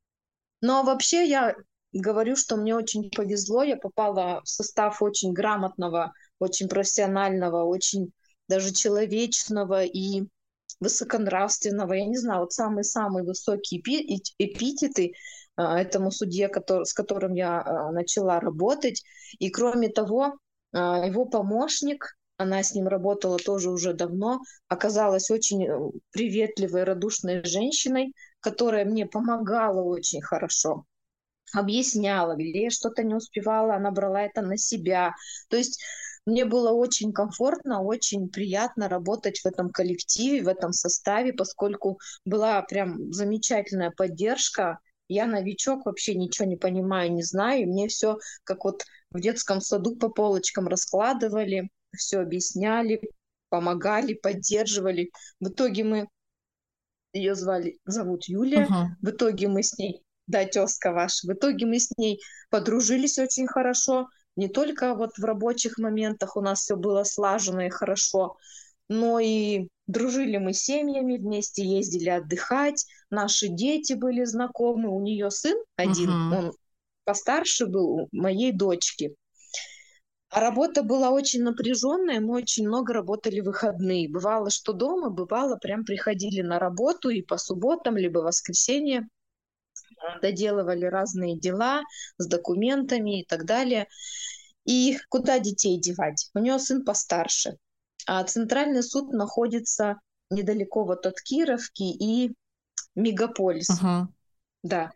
Но вообще я говорю, что мне очень повезло, я попала в состав очень грамотного, очень профессионального, очень даже человечного и высоконравственного. Я не знаю, вот самые-самые высокие эпи- эти- эпитеты а, этому судье, котор- с которым я а, начала работать. И кроме того, а, его помощник, она с ним работала тоже уже давно, оказалась очень э, приветливой, радушной женщиной, которая мне помогала очень хорошо, объясняла, где я что-то не успевала, она брала это на себя. То есть мне было очень комфортно, очень приятно работать в этом коллективе, в этом составе, поскольку была прям замечательная поддержка. Я новичок, вообще ничего не понимаю, не знаю. И мне все как вот в детском саду по полочкам раскладывали, все объясняли, помогали, поддерживали. В итоге мы ее звали, зовут Юлия. Мгм. В итоге мы с ней, да, тезка ваша, в итоге мы с ней подружились очень хорошо. Не только вот в рабочих моментах у нас все было слажено и хорошо, но и дружили мы семьями, вместе ездили отдыхать, наши дети были знакомы, у нее сын один, Мгм. он постарше был у моей дочки. А работа была очень напряженная, мы очень много работали в выходные. Бывало, что дома, бывало, прям приходили на работу и по субботам, либо воскресенье, а, доделывали разные дела с документами и так далее. И куда детей девать? У нее сын постарше. А центральный суд находится недалеко вот от Кировки и Мегаполис. Мгм. Да.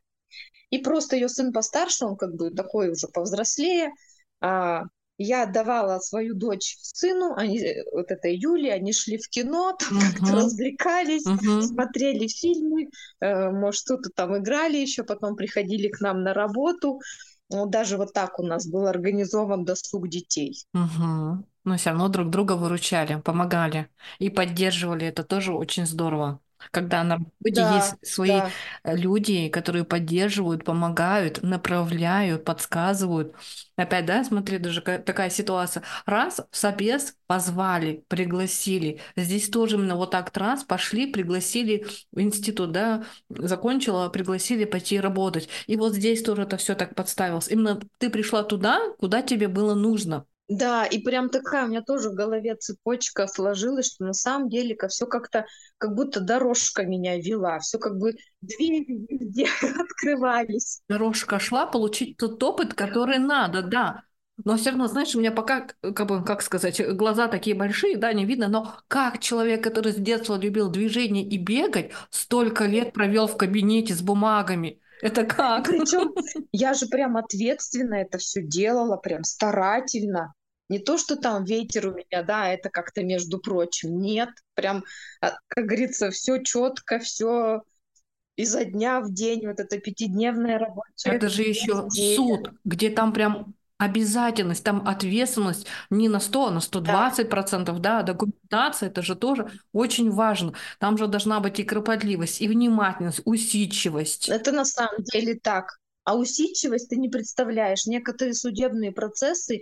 И просто ее сын постарше, он как бы такой уже повзрослее. А, я отдавала свою дочь сыну, они, э, вот этой Юле, они шли в кино, там как-то Мгм. развлекались, Мгм. смотрели фильмы, э, может, что-то там играли еще, потом приходили к нам на работу. Ну, даже вот так у нас был организован досуг детей. Мгм. Но все равно друг друга выручали, помогали и поддерживали. Это тоже очень здорово. Когда на работе Да, есть свои да. э, люди, которые поддерживают, помогают, направляют, подсказывают. Опять, да, смотри, даже ка- такая ситуация. Раз в собес позвали, пригласили. Здесь тоже именно вот так раз пошли, пригласили в институт, да, закончила, пригласили пойти работать. И вот здесь тоже это все так подставилось. Именно ты пришла туда, куда тебе было нужно. Да, и прям такая у меня тоже в голове цепочка сложилась, что на самом деле все как-то, как будто дорожка меня вела, все как бы двери везде открывались. Дорожка шла получить тот опыт, который надо, да. Но все равно, знаешь, у меня пока, к- как бы, как сказать, глаза такие большие, да, не видно, но как человек, который с детства любил движение и бегать, столько лет провел в кабинете с бумагами. Это И как? причем я же прям ответственно это все делала, прям старательно. Не то, что там ветер у меня, да, это как-то между прочим. Нет, прям, а, как говорится, все четко, все изо дня в день, вот эта пятидневная рабочая Это же еще неделя. суд, где там прям обязательность, там ответственность не на сто, а на сто Да. двадцать процентов, да, документация, это же тоже очень важно. Там же должна быть и кропотливость, и внимательность, усидчивость. Это на самом деле так. А усидчивость ты не представляешь. Некоторые судебные процессы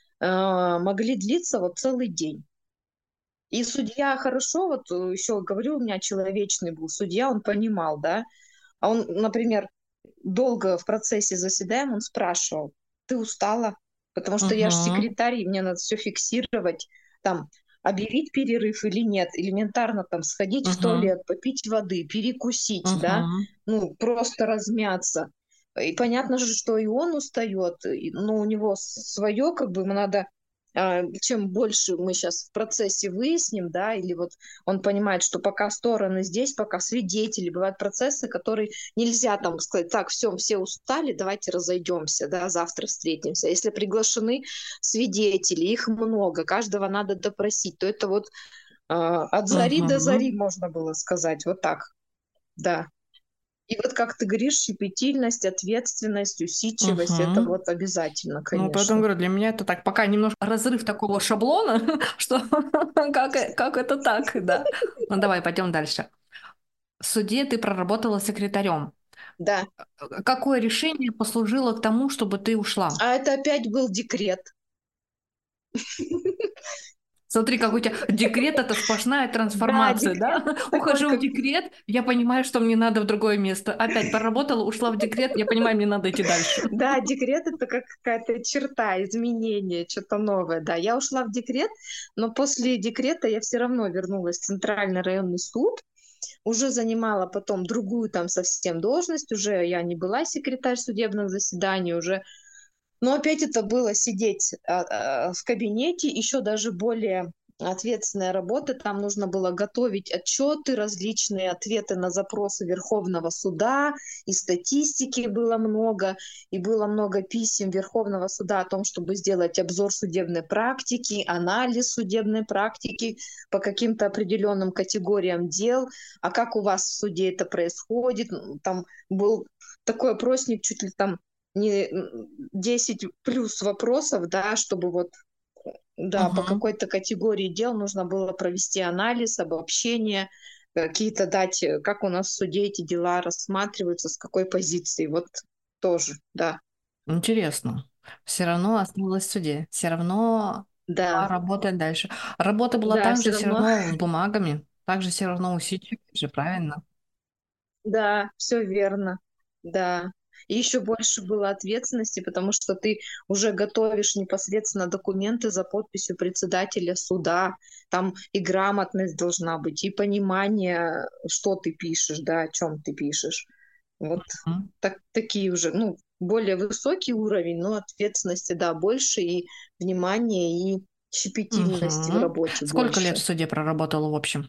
а, могли длиться вот целый день. И судья хорошо, вот еще говорю, у меня человечный был судья, он понимал, да. А он, например, долго в процессе заседаем, он спрашивал: ты устала? Потому что я же Угу, секретарь, и мне надо все фиксировать, там, объявить перерыв или нет, элементарно там сходить в угу, туалет, попить воды, перекусить, да, угу. ну, просто размяться. И понятно же, что и он устает, но у него свое, как бы ему надо, а, чем больше мы сейчас в процессе выясним, да, или вот он понимает, что пока стороны здесь, пока свидетели, бывают процессы, которые нельзя там сказать: так, все, все устали, давайте разойдемся, да, завтра встретимся. Если приглашены свидетели, их много, каждого надо допросить, то это вот а, от зари до зари, Угу. можно было сказать, вот так, да. И вот, как ты говоришь, щепетильность, ответственность, усидчивость — это Угу. вот обязательно, Ну, поэтому конечно. говорю, для меня это так, пока немножко разрыв такого шаблона, что как, э- как это так, да. Ну, давай, пойдем дальше. В суде ты проработала секретарем. Да. Э, Какое решение послужило к тому, чтобы ты ушла? А это опять был декрет. Смотри, как у тебя декрет — это сплошная Да, трансформация, декрет да? такой, Ухожу в как декрет, я понимаю, что мне надо в другое место. Опять поработала, ушла в декрет, я понимаю, мне надо идти дальше. да, декрет — это как какая-то черта, изменение, что-то новое. Да, я ушла в декрет, но после декрета я все равно вернулась в Центральный районный суд, уже занимала потом другую там совсем должность, уже я не была секретарь судебных заседаний, уже. Но опять это было сидеть а, а, в кабинете, еще даже более ответственная работа. Там нужно было готовить отчеты, различные ответы на запросы Верховного суда, и статистики было много, и было много писем Верховного суда о том, чтобы сделать обзор судебной практики, анализ судебной практики по каким-то определенным категориям дел, а как у вас в суде это происходит. Там был такой опросник, чуть ли там не десять плюс вопросов, да, чтобы вот, да, по Мгм. какой-то категории дел нужно было провести анализ, обобщение, какие-то дать, э, как у нас в суде эти дела рассматриваются, с какой позиции, вот тоже, да, Интересно. Все равно осталась в суде, все равно да, шла работать дальше. Работа была да, все также все равно, равно с бумагами, также все равно усидчивой же, правильно? да, все верно, да. И еще больше было ответственности, потому что ты уже готовишь непосредственно документы за подписью председателя суда. Там и грамотность должна быть, и понимание, что ты пишешь, да, о чем ты пишешь. Вот М. так, такие уже, ну, более высокий уровень, но ответственности, да, больше, и внимания, и щепетильности в Мгм. работе Сколько лет в больше. суде проработала в общем?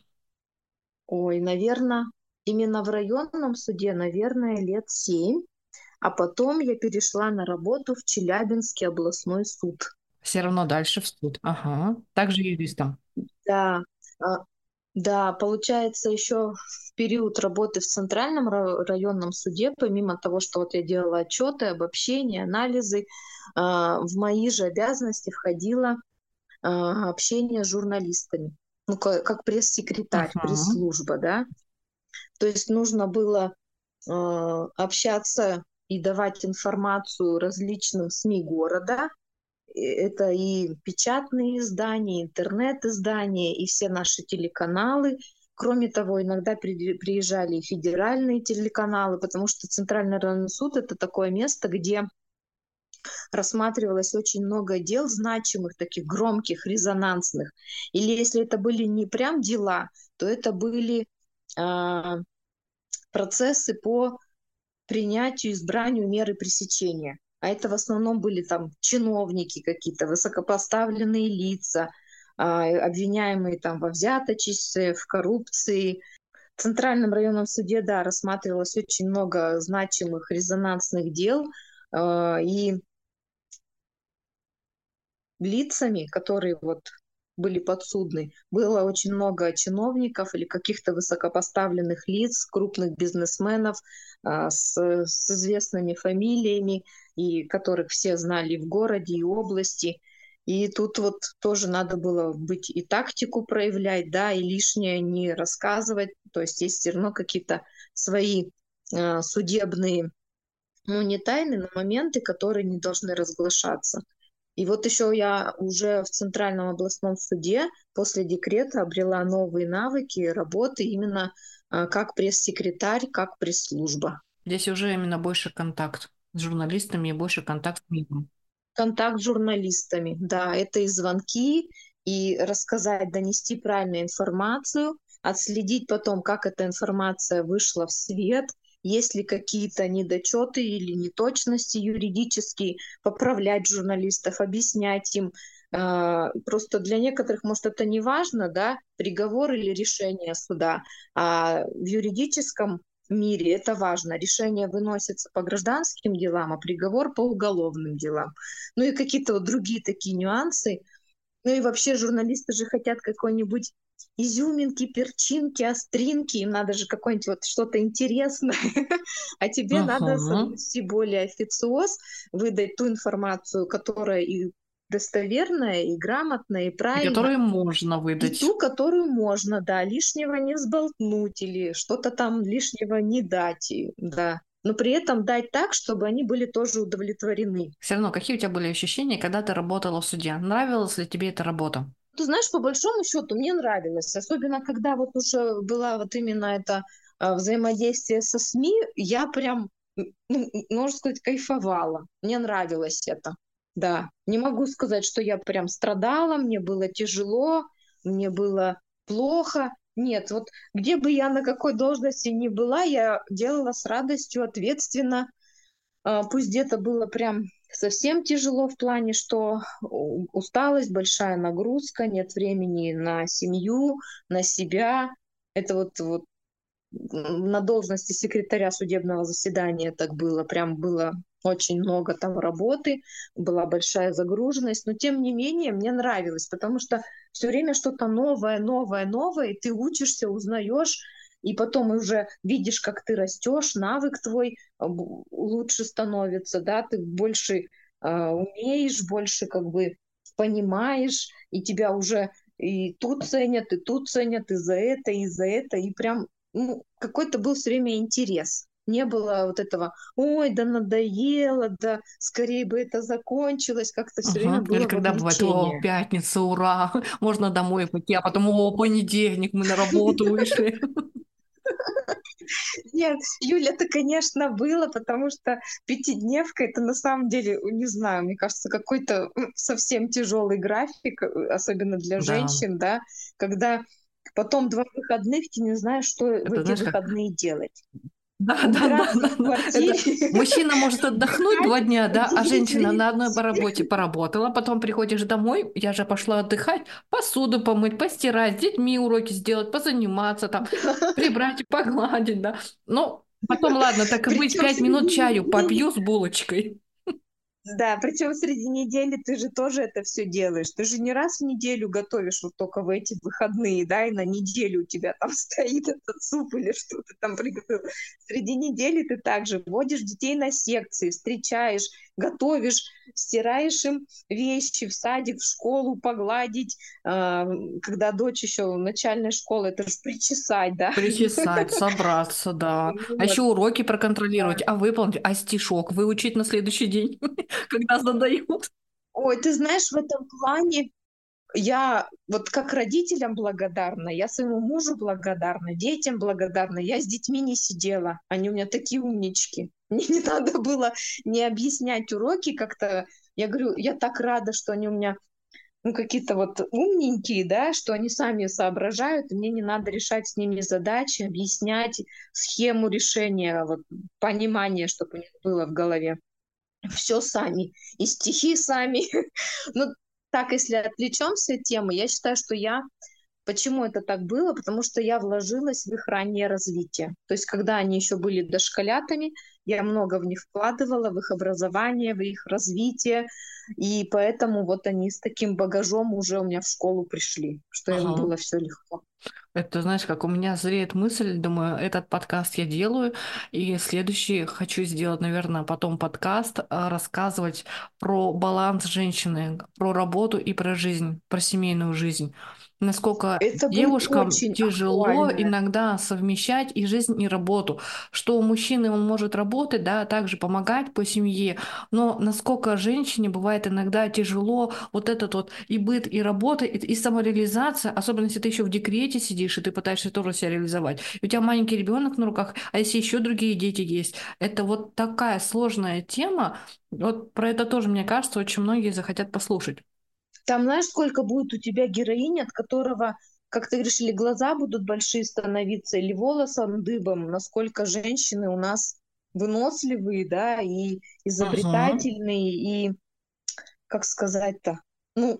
Ой, наверное, именно в районном суде, наверное, лет семь. А потом я перешла на работу в Челябинский областной суд. Все равно дальше в суд. Ага. Также юристом. Да, а, да, получается, еще в период работы в Центральном ра- районном суде, помимо того, что вот я делала отчеты, обобщения, анализы, а, в мои же обязанности входило а, общение с журналистами, ну, ка- как пресс-секретарь, Мгм. пресс-служба, да. То есть нужно было а, общаться и давать информацию различным СМИ города. И это и печатные издания, интернет-издания, и все наши телеканалы. Кроме того, иногда при- приезжали и федеральные телеканалы, потому что Центральный районный суд — это такое место, где рассматривалось очень много дел значимых, таких громких, резонансных. Или если это были не прям дела, то это были а, процессы по принятию, избранию меры пресечения. А это в основном были там чиновники какие-то, высокопоставленные лица, а, обвиняемые там во взяточестве, в коррупции. В Центральном районном суде, да, рассматривалось очень много значимых резонансных дел, а, и лицами, которые вот были подсудны, было очень много чиновников или каких-то высокопоставленных лиц, крупных бизнесменов а, с, с известными фамилиями, и которых все знали в городе и области. И тут вот тоже надо было быть и тактику проявлять, да, и лишнее не рассказывать. То есть есть все равно какие-то свои а, судебные, ну, не тайны, но моменты, которые не должны разглашаться. И вот еще я уже в Центральном областном суде после декрета обрела новые навыки работы именно а, как пресс-секретарь, как пресс-служба. Здесь уже именно больше контакт с журналистами и больше контакт с миром. Контакт с журналистами, да, это и звонки, и рассказать, донести правильную информацию, отследить потом, как эта информация вышла в свет, есть ли какие-то недочеты или неточности юридические, поправлять журналистов, объяснять им. А, Просто для некоторых, может, это не важно, да, приговор или решение суда, а в юридическом мире это важно. Решение выносится по гражданским делам, а приговор по уголовным делам. Ну и какие-то вот другие такие нюансы. Ну и вообще журналисты же хотят какой-нибудь изюминки, перчинки, остринки, им надо же какое-нибудь вот что-то интересное, а тебе надо Мгм. соблюсти более официоз, выдать ту информацию, которая и достоверное, и грамотное, и И правильно, которые можно и выдать. ту, которую можно, да, лишнего не взболтнуть или что-то там лишнего не дать, и, да. Но при этом дать так, чтобы они были тоже удовлетворены. Все равно, какие у тебя были ощущения, когда ты работала в суде? Нравилась ли тебе эта работа? Ты знаешь, по большому счету мне нравилось, особенно когда вот уже была вот именно это а, взаимодействие со СМИ, я прям, м, ну, м, можно сказать, кайфовала. Мне нравилось это. Да, не могу сказать, что я прям страдала, мне было тяжело, мне было плохо. Нет, вот где бы я на какой должности ни была, я делала с радостью, ответственно. А, Пусть где-то было прям совсем тяжело в плане, что у- усталость, большая нагрузка, нет времени на семью, на себя. Это вот, вот м, на должности секретаря судебного заседания так было. Прям было очень много там работы, была большая загруженность. Но тем не менее мне нравилось, потому что все время что-то новое, новое, новое, и ты учишься, узнаешь, и потом уже видишь, как ты растешь, навык твой а, б- лучше становится, да, ты больше а, умеешь, больше как бы понимаешь, и тебя уже и тут ценят, и тут ценят, и за это, и за это, и прям ну, какой-то был все время интерес. Не было вот этого: "Ой, да надоело, да скорее бы это закончилось". Как-то все время Мгм. Или было когда бывает, о, вовлечение. пятница, ура, можно домой пойти, а потом, о, понедельник, мы на работу вышли. Нет, Юля, это, конечно, было, потому что пятидневка — это на самом деле, у не знаю, мне кажется, какой-то, м, совсем тяжелый график, э, особенно для Да, женщин, да, когда потом два выходных, ты не знаешь, что в это эти знаешь как... выходные делать. Да, да, да, Убираться да, в да. Это квартире, мужчина может отдохнуть отдыхать, два дня, да, а уделить женщина время на одной по себе. работе поработала, потом приходишь домой, я же пошла отдыхать, посуду помыть, постирать, с детьми уроки сделать, позаниматься там, прибрать и погладить, да. Ну, потом, ладно, так и быть, Причем пять минут среди чаю недели. попью с булочкой. Да, причем среди недели ты же тоже это все делаешь. Ты же не раз в неделю готовишь вот только в эти выходные, да, и на неделю у тебя там стоит этот суп или что ты там приготовил. Среди недели ты также водишь детей на секции, встречаешь, готовишь, стираешь им вещи в садик, в школу, погладить. А, Когда дочь еще в начальной школе, это же причесать, да. Причесать, собраться, да. А Вот, еще уроки да. проконтролировать, а выполнить, а стишок выучить на следующий день, когда задают. Ой, ты знаешь, в этом плане я вот как родителям благодарна, я своему мужу благодарна, детям благодарна. Я с детьми не сидела, они у меня такие умнички. Мне не надо было не объяснять уроки как-то. Я говорю, я так рада, что они у меня ну, какие-то вот умненькие, да, что они сами соображают, и мне не надо решать с ними задачи, объяснять схему решения, вот, понимание, чтобы у них было в голове. Все сами, и стихи сами. Ну, так, если отвлечемся от темы, я считаю, что я почему это так было? Потому что я вложилась в их раннее развитие. То есть, когда они еще были дошколятами, я много в них вкладывала, в их образование, в их развитие, и поэтому вот они с таким багажом уже у меня в школу пришли, что им Ага. было все легко. Это, знаешь, как у меня зреет мысль, думаю, этот подкаст я делаю, и следующий хочу сделать, наверное, потом подкаст, а, рассказывать про баланс женщины, про работу и про жизнь, про семейную жизнь. Насколько Это будет девушкам очень тяжело актуально. иногда совмещать и жизнь, и работу. Что у мужчины он может работать, да, также помогать по семье, но насколько женщине бывает иногда тяжело вот этот вот и быт, и работа, и, и самореализация, особенно если ты еще в декрете сидишь, и ты пытаешься тоже себя реализовать. И у тебя маленький ребенок на руках, а если еще другие дети есть, это вот такая сложная тема. Вот про это тоже, мне кажется, очень многие захотят послушать. Там знаешь, сколько будет у тебя героинь, от которого, как ты говоришь, или глаза будут большие становиться, или волосом дыбом, насколько женщины у нас выносливые, да, и Мгм. изобретательные, и, как сказать-то, ну,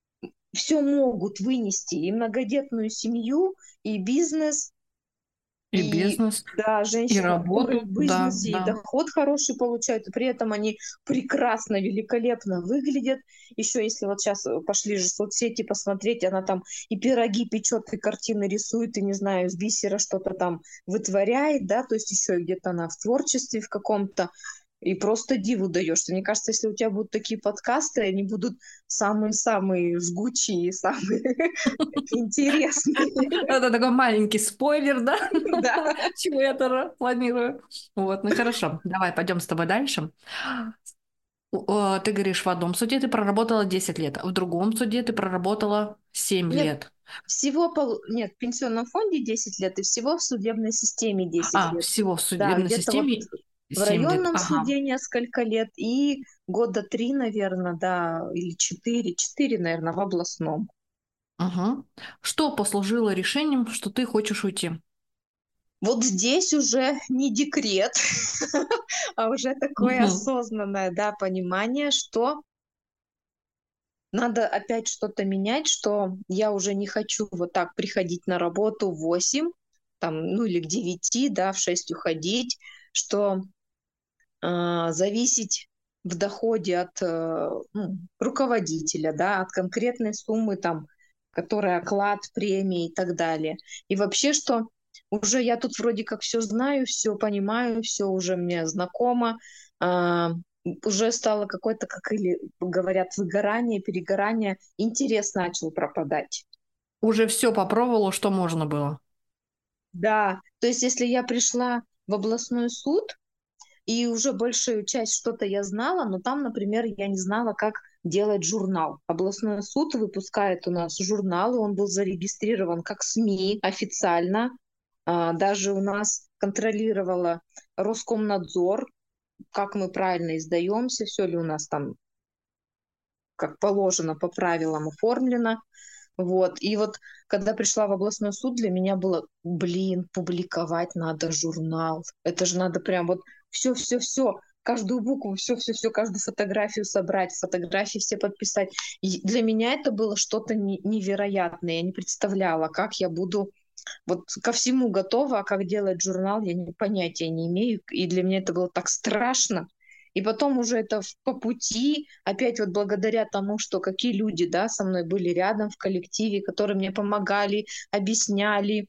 все могут вынести, и многодетную семью, и бизнес, И и бизнес, да, и женщины, которые работу, в да, бизнесе и да. доход хороший получают, и при этом они прекрасно, великолепно выглядят. Еще если вот сейчас пошли же соцсети посмотреть, она там и пироги печет, и картины рисует, и, не знаю, из бисера что-то там вытворяет, да, то есть еще и где-то она в творчестве в каком-то. И просто диву даешься. Мне кажется, если у тебя будут такие подкасты, они будут самые-самые жгучие, самые интересные. Это такой маленький спойлер, да? Да. Чего я тоже планирую. Вот, ну хорошо, давай пойдем с тобой дальше. О, Ты говоришь, в одном суде ты проработала десять лет, а в другом суде ты проработала семь Нет, лет. всего полу... Нет, в пенсионном фонде десять лет и всего в судебной системе десять А, лет. всего в Да, судебной где-то вот системе в семь лет. районном Ага. суде несколько лет и года три, наверное, да, или четыре, четыре, наверное, в областном. Угу. Что послужило решением, что ты хочешь уйти? Вот здесь уже не декрет, а уже такое Мгм. осознанное, да, понимание, что надо опять что-то менять, что я уже не хочу вот так приходить на работу в восемь, там, ну или к девяти, да, в шесть уходить, что а, зависеть в доходе от э, ну, руководителя, да, от конкретной суммы, там, которая оклад, премии и так далее. И вообще, что уже я тут вроде как все знаю, все понимаю, все уже мне знакомо, а, уже стало какое-то, как или говорят, выгорание, перегорание, интерес начал пропадать. Уже все попробовала, что можно было. Да, то есть если я пришла в областной суд, и уже большую часть что-то я знала, но там, например, я не знала, как делать журнал. Областной суд выпускает у нас журнал, и он был зарегистрирован как СМИ официально. А, Даже у нас контролировала Роскомнадзор, как мы правильно издаемся, все ли у нас там как положено, по правилам оформлено. Вот. И вот когда пришла в областной суд, для меня было, блин, публиковать надо журнал. Это же надо прям вот все-все-все, каждую букву, все-все-все, каждую фотографию собрать, фотографии все подписать. И для меня это было что-то не- невероятное. Я не представляла, как я буду вот ко всему готова, а как делать журнал, я не, понятия не имею. И для меня это было так страшно. И потом уже это в- по пути, опять вот благодаря тому, что какие люди, да, со мной были рядом в коллективе, которые мне помогали, объясняли,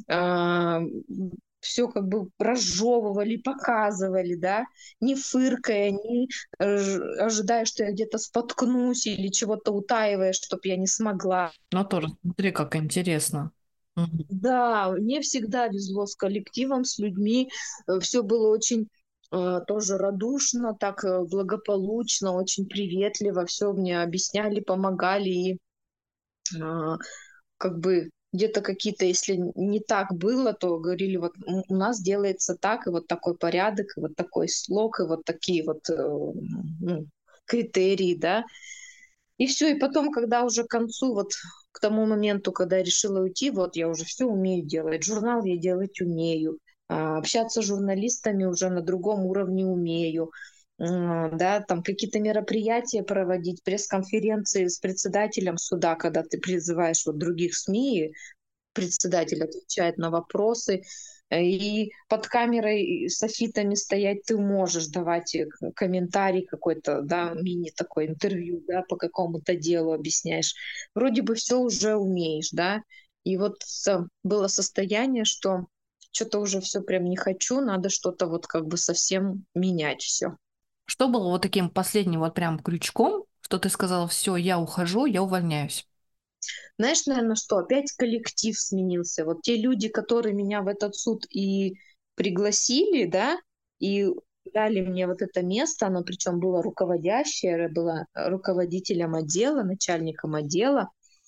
все как бы разжевывали, показывали, да, не фыркая, не э, ж- ожидая, что я где-то споткнусь или чего-то утаивая, чтобы я не смогла. Но тоже смотри, как интересно. Мгм. Да, мне всегда везло с коллективом, с людьми. Все было очень э, тоже радушно, так э, благополучно, очень приветливо. Все мне объясняли, помогали. И а, как бы где-то какие-то, если не так было, то говорили, вот у у нас делается так, и вот такой порядок, и вот такой слог, и вот такие вот э, ну, критерии, да. И все, и потом, когда уже к концу, вот к тому моменту, когда я решила уйти, вот я уже все умею делать. Журнал я делать умею, а, общаться с журналистами уже на другом уровне умею, м, да, там какие-то мероприятия проводить, пресс-конференции с председателем суда, когда ты призываешь вот других СМИ, председатель отвечает на вопросы, э, и под камерой с софитами стоять ты можешь, давать э, к- комментарий какой-то, да, мини такой интервью, да, по какому-то делу объясняешь. Вроде бы все уже умеешь, да. И вот с- было состояние, что что-то уже все прям не хочу, надо что-то вот как бы совсем менять все. Что было вот таким последним вот прям крючком, что ты сказала, все, я ухожу, я увольняюсь? Знаешь, наверное, что опять коллектив сменился. Вот те люди, которые меня в этот суд и пригласили, да, и дали мне вот это место, оно причем было руководящее, я была руководителем отдела, начальником отдела,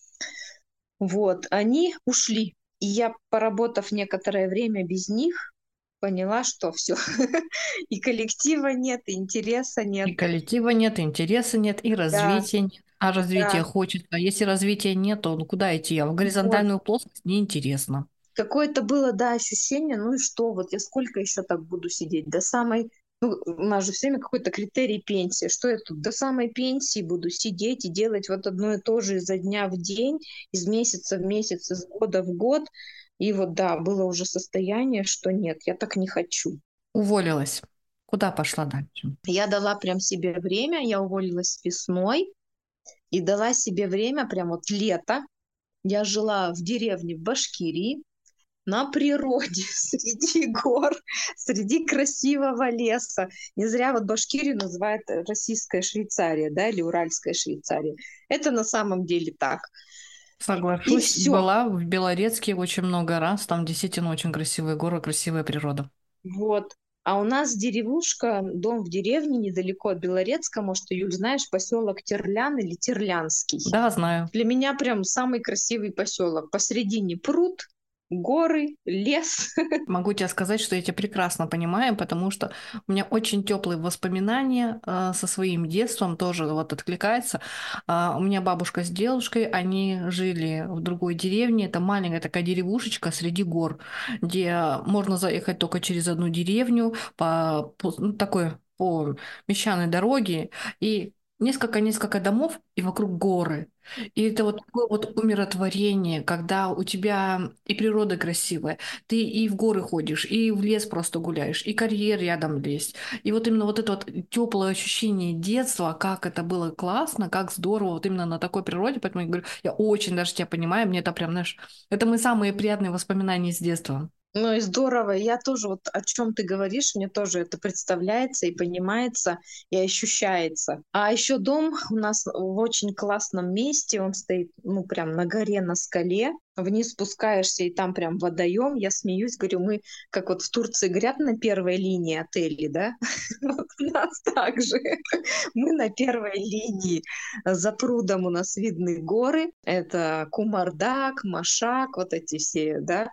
вот, они ушли. И я, поработав некоторое время без них, поняла, что все, и коллектива нет, и интереса нет. И коллектива нет, и интереса нет, и Да, развития нет. А развития да, хочется. А если развития нет, то ну куда идти? А в вот. горизонтальную плоскость неинтересно. Какое-то было, да, ощущение, ну и что, вот я сколько еще так буду сидеть? До самой, ну, у нас же все время какой-то критерий пенсии. Что я тут до самой пенсии буду сидеть и делать вот одно и то же изо дня в день, из месяца в месяц, из года в год. И вот, да, было уже состояние, что нет, я так не хочу. Уволилась. Куда пошла дальше? Я дала прям себе время, я уволилась весной и дала себе время, прям вот лето. Я жила в деревне в Башкирии, на природе, среди гор, среди красивого леса. Не зря вот Башкирию называют российская Швейцария, да, или Уральская Швейцария. Это на самом деле так. И Соглашусь, все. была в Белорецке очень много раз, там действительно очень красивые горы, красивая природа. Вот. А у нас деревушка, дом в деревне недалеко от Белорецка, может, Юль, знаешь, поселок Терлян или Терлянский. Да, знаю. Для меня прям самый красивый поселок. Посередине пруд, горы, лес. Могу тебе сказать, что я тебя прекрасно понимаю, потому что у меня очень теплые воспоминания э, со своим детством тоже вот откликается. А, у меня бабушка с дедушкой, они жили в другой деревне. Это маленькая такая деревушечка среди гор, где можно заехать только через одну деревню по, по ну, такой по песчаной дороге и несколько-несколько домов и вокруг горы. И это вот такое вот умиротворение, когда у тебя и природа красивая, ты и в горы ходишь, и в лес просто гуляешь, и карьер рядом есть. И вот именно вот это вот теплое ощущение детства, как это было классно, как здорово вот именно на такой природе. Поэтому я говорю, я очень даже тебя понимаю, мне это прям, знаешь, это мои самые приятные воспоминания с детства. Ну и здорово. Я тоже вот о чем ты говоришь, мне тоже это представляется и понимается, и ощущается. А еще дом у нас в очень классном месте. Он стоит, ну, прям на горе, на скале. Вниз спускаешься, и там прям водоем. Я смеюсь, говорю, мы, как вот в Турции говорят, на первой линии отелей, да? Вот у нас так же. Мы на первой линии. За прудом у нас видны горы. Это Кумардак, Машак, вот эти все, да?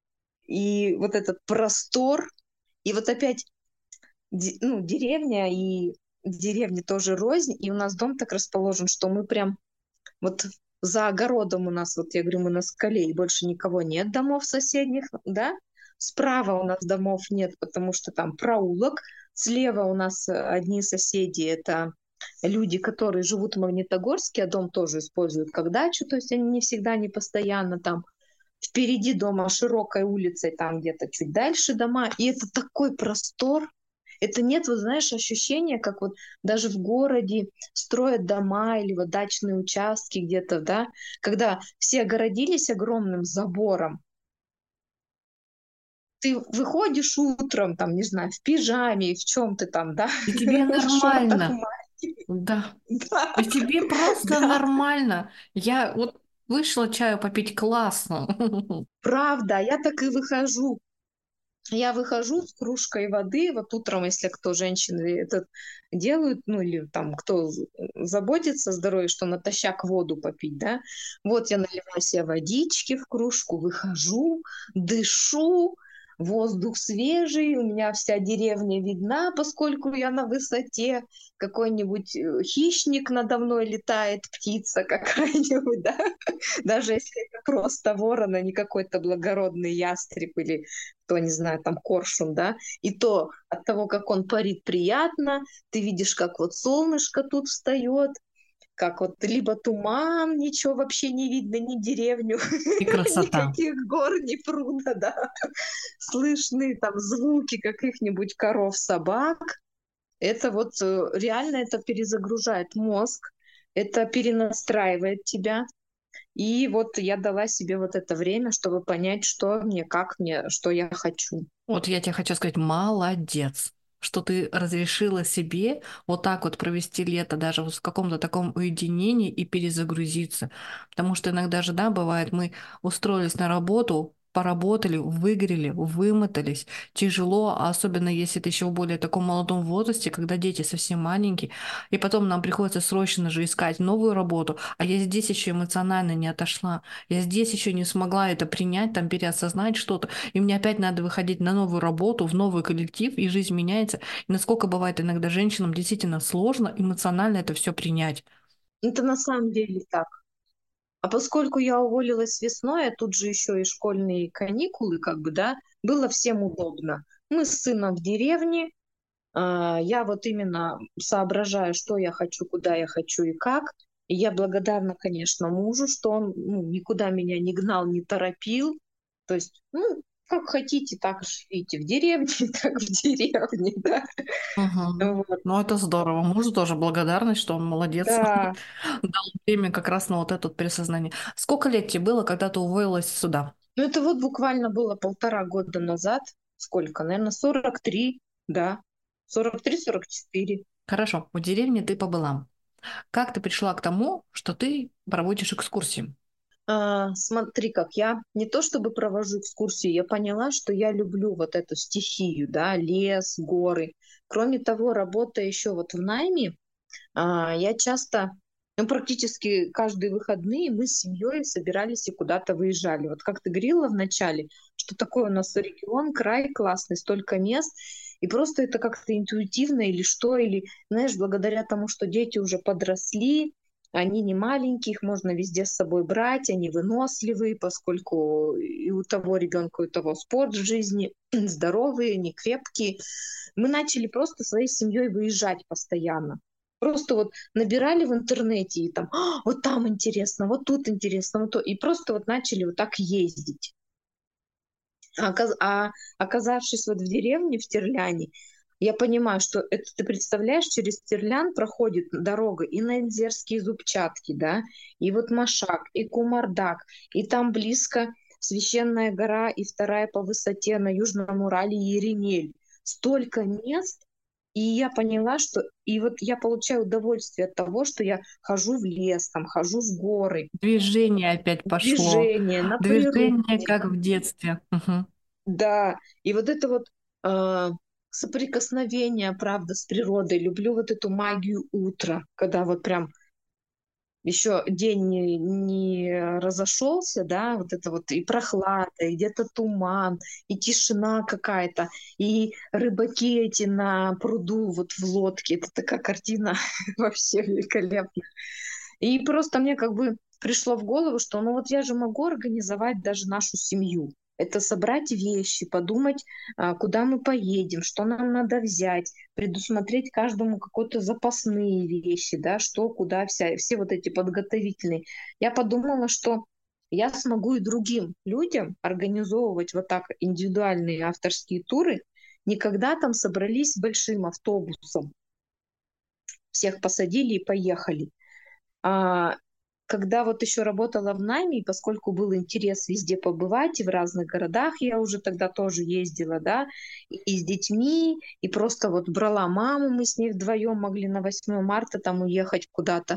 И вот этот простор, и вот опять де- ну, деревня, и в деревне тоже рознь, и у нас дом так расположен, что мы прям вот за огородом у нас, вот я говорю, мы на скале, и больше никого нет домов соседних, да, справа у нас домов нет, потому что там проулок, слева у нас э, одни соседи, это люди, которые живут в Магнитогорске, а дом тоже используют как дачу, то есть они не всегда, не постоянно там. Впереди дома широкой улицей, там где-то чуть дальше дома. И это такой простор. Это нет, вот знаешь, ощущения, как вот даже в городе строят дома или вот дачные участки где-то, да, когда все огородились огромным забором. Ты выходишь утром, там, не знаю, в пижаме, в чем ты там, да, И тебе в шортах, нормально, майке. да. Да, И тебе просто да. нормально. Я вот вышла чаю попить классно. Правда, я так и выхожу. Я выхожу с кружкой воды, вот утром, если кто, женщины это делают, ну или там кто з- заботится о здоровье, что натощак воду попить, да, вот я наливаю себе водички в кружку, выхожу, дышу, воздух свежий, у меня вся деревня видна, поскольку я на высоте, какой-нибудь э, хищник надо мной летает, птица какая-нибудь, да, даже если это просто ворон, а не какой-то благородный ястреб или кто, не знаю, там коршун, да, и то от того, как он парит, приятно, ты видишь, как вот солнышко тут встает, как вот либо туман, ничего вообще не видно, ни деревню, И красота. никаких гор, ни пруда, да, слышны там звуки каких-нибудь коров, собак, это вот э, реально это перезагружает мозг, это перенастраивает тебя, и вот я дала себе вот это время, чтобы понять, что мне, как мне, что я хочу. Вот я тебе хочу сказать, молодец, что ты разрешила себе вот так вот провести лето даже вот в каком-то таком уединении и перезагрузиться. Потому что иногда же, да, бывает, мы устроились на работу, поработали, выгорели, вымотались, тяжело, а особенно если ты еще в более таком молодом возрасте, когда дети совсем маленькие, и потом нам приходится срочно же искать новую работу, а я здесь еще эмоционально не отошла, я здесь еще не смогла это принять, там переосознать что-то, и мне опять надо выходить на новую работу, в новый коллектив, и жизнь меняется. И насколько бывает иногда женщинам действительно сложно эмоционально это все принять. Это на самом деле так. А поскольку я уволилась весной, а тут же еще и школьные каникулы, как бы, да, было всем удобно. Мы с сыном в деревне, а, я вот именно соображаю, что я хочу, куда я хочу и как. И я благодарна, конечно, мужу, что он ну, никуда меня не гнал, не торопил. То есть, ну, как хотите, так и живите. В деревне, так в деревне, да. Мгм. Вот. Ну, это здорово. Мужу тоже благодарность, что он молодец. Да, Дал время как раз на вот это вот пересознание. Сколько лет тебе было, когда ты уволилась сюда? Ну, это вот буквально было полтора года назад. Сколько? Наверное, сорок три, да. сорок три сорок четыре. Хорошо, в деревне ты побыла. Как ты пришла к тому, что ты проводишь экскурсии? А, смотри, как я не то чтобы провожу экскурсии, я поняла, что я люблю вот эту стихию, да, лес, горы. Кроме того, работая еще вот в найме, а, я часто, ну, практически каждые выходные мы с семьей собирались и куда-то выезжали. Вот как ты говорила в начале, что такое у нас регион, край классный, столько мест, и просто это как-то интуитивно или что, или, знаешь, благодаря тому, что дети уже подросли, они не маленькие, их можно везде с собой брать, они выносливые, поскольку и у того ребенка, и у того спорт в жизни, здоровые, не крепкие. Мы начали просто своей семьей выезжать постоянно. Просто вот набирали в интернете и там: «А, вот там интересно, вот тут интересно, вот то». И просто вот начали вот так ездить. А, оказ- а оказавшись вот в деревне, в Терляне, я понимаю, что это ты представляешь, через Терлян проходит дорога и на Энзерские зубчатки, да, и вот Машак, и Кумардак, и там близко Священная гора и вторая по высоте на Южном Урале Еринель. Столько мест, и я поняла, что и вот я получаю удовольствие от того, что я хожу в лес, там, хожу в горы, Движение опять пошло. движение, на природе. Движение, как в детстве. Мгм. Да, и вот это вот а, соприкосновение, правда, с природой. Люблю вот эту магию утра, когда вот прям еще день не, не разошелся, да, вот это вот и прохлада, и где-то туман, и тишина какая-то, и рыбаки эти на пруду вот в лодке. Это такая картина вообще великолепная. И просто мне как бы пришло в голову, что ну вот я же могу организовать даже нашу семью. Это собрать вещи, подумать, а, куда мы поедем, что нам надо взять, предусмотреть каждому какие-то запасные вещи, да, что, куда, вся, все вот эти подготовительные. Я подумала, что я смогу и другим людям организовывать вот так индивидуальные авторские туры, не когда там собрались большим автобусом, всех посадили и поехали, а, когда вот еще работала в найме, и поскольку был интерес везде побывать, и в разных городах я уже тогда тоже ездила, да, и, и с детьми, и просто вот брала маму, мы с ней вдвоем могли на восьмое марта там уехать куда-то,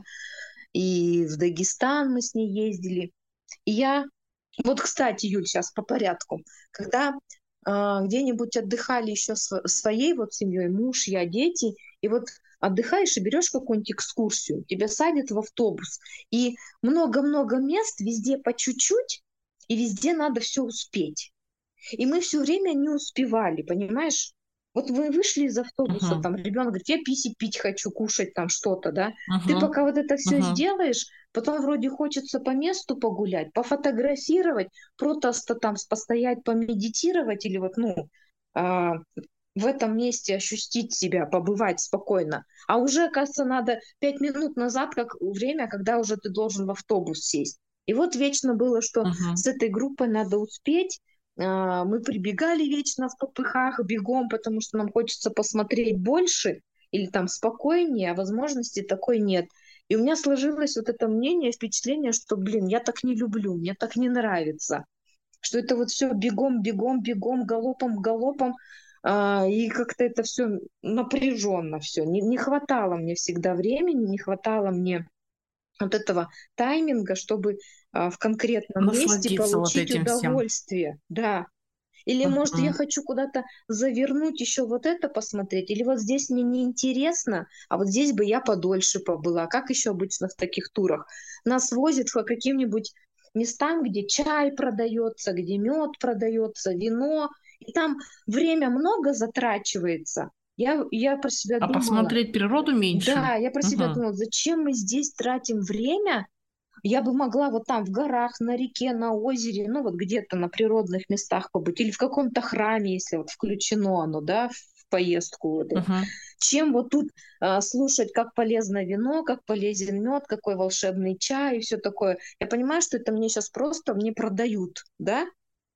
и в Дагестан мы с ней ездили. И я, вот, кстати, Юль, сейчас по порядку, когда а, где-нибудь отдыхали еще своей вот семьей, муж, я, дети, и вот отдыхаешь и берешь какую-нибудь экскурсию, тебя садят в автобус, и много-много мест, везде по чуть-чуть, и везде надо все успеть. И мы все время не успевали, понимаешь? Вот вы вышли из автобуса, Мгм. там ребенок говорит: я писить пить хочу, кушать там что-то, да. Ты Мгм. пока вот это все Мгм. сделаешь, потом вроде хочется по месту погулять, пофотографировать, просто там постоять, помедитировать или вот, ну, а, в этом месте ощутить себя, побывать спокойно. А уже, оказывается, надо пять минут назад, как время, когда уже ты должен в автобус сесть. И вот вечно было, что Мгм. с этой группой надо успеть. А, мы прибегали вечно в попыхах, бегом, потому что нам хочется посмотреть больше или там спокойнее, а возможности такой нет. И у меня сложилось вот это мнение, впечатление, что, блин, я так не люблю, мне так не нравится, что это вот все бегом, бегом, бегом, галопом, галопом, а, и как-то это все напряженно все. Не, не хватало мне всегда времени, не хватало мне вот этого тайминга, чтобы а, в конкретном месте Насладиться вот получить этим всем. удовольствие. Да. Или, может, я Мгм. хочу куда-то завернуть, еще вот это посмотреть, или вот здесь мне неинтересно, а вот здесь бы я подольше побыла. Как еще обычно в таких турах? Нас возят по каким-нибудь местам, где чай продается, где мед продается, вино, и там время много затрачивается. Я, я про себя А думала, посмотреть природу меньше. да, я про себя Мгм. думала, зачем мы здесь тратим время, я бы могла вот там в горах, на реке, на озере, ну вот где-то на природных местах побыть, или в каком-то храме, если вот включено оно, да, в поездку. Вот эту. Мгм. Чем вот тут а, слушать, как полезно вино, как полезен мед, какой волшебный чай и все такое. Я понимаю, что это мне сейчас просто мне продают, да,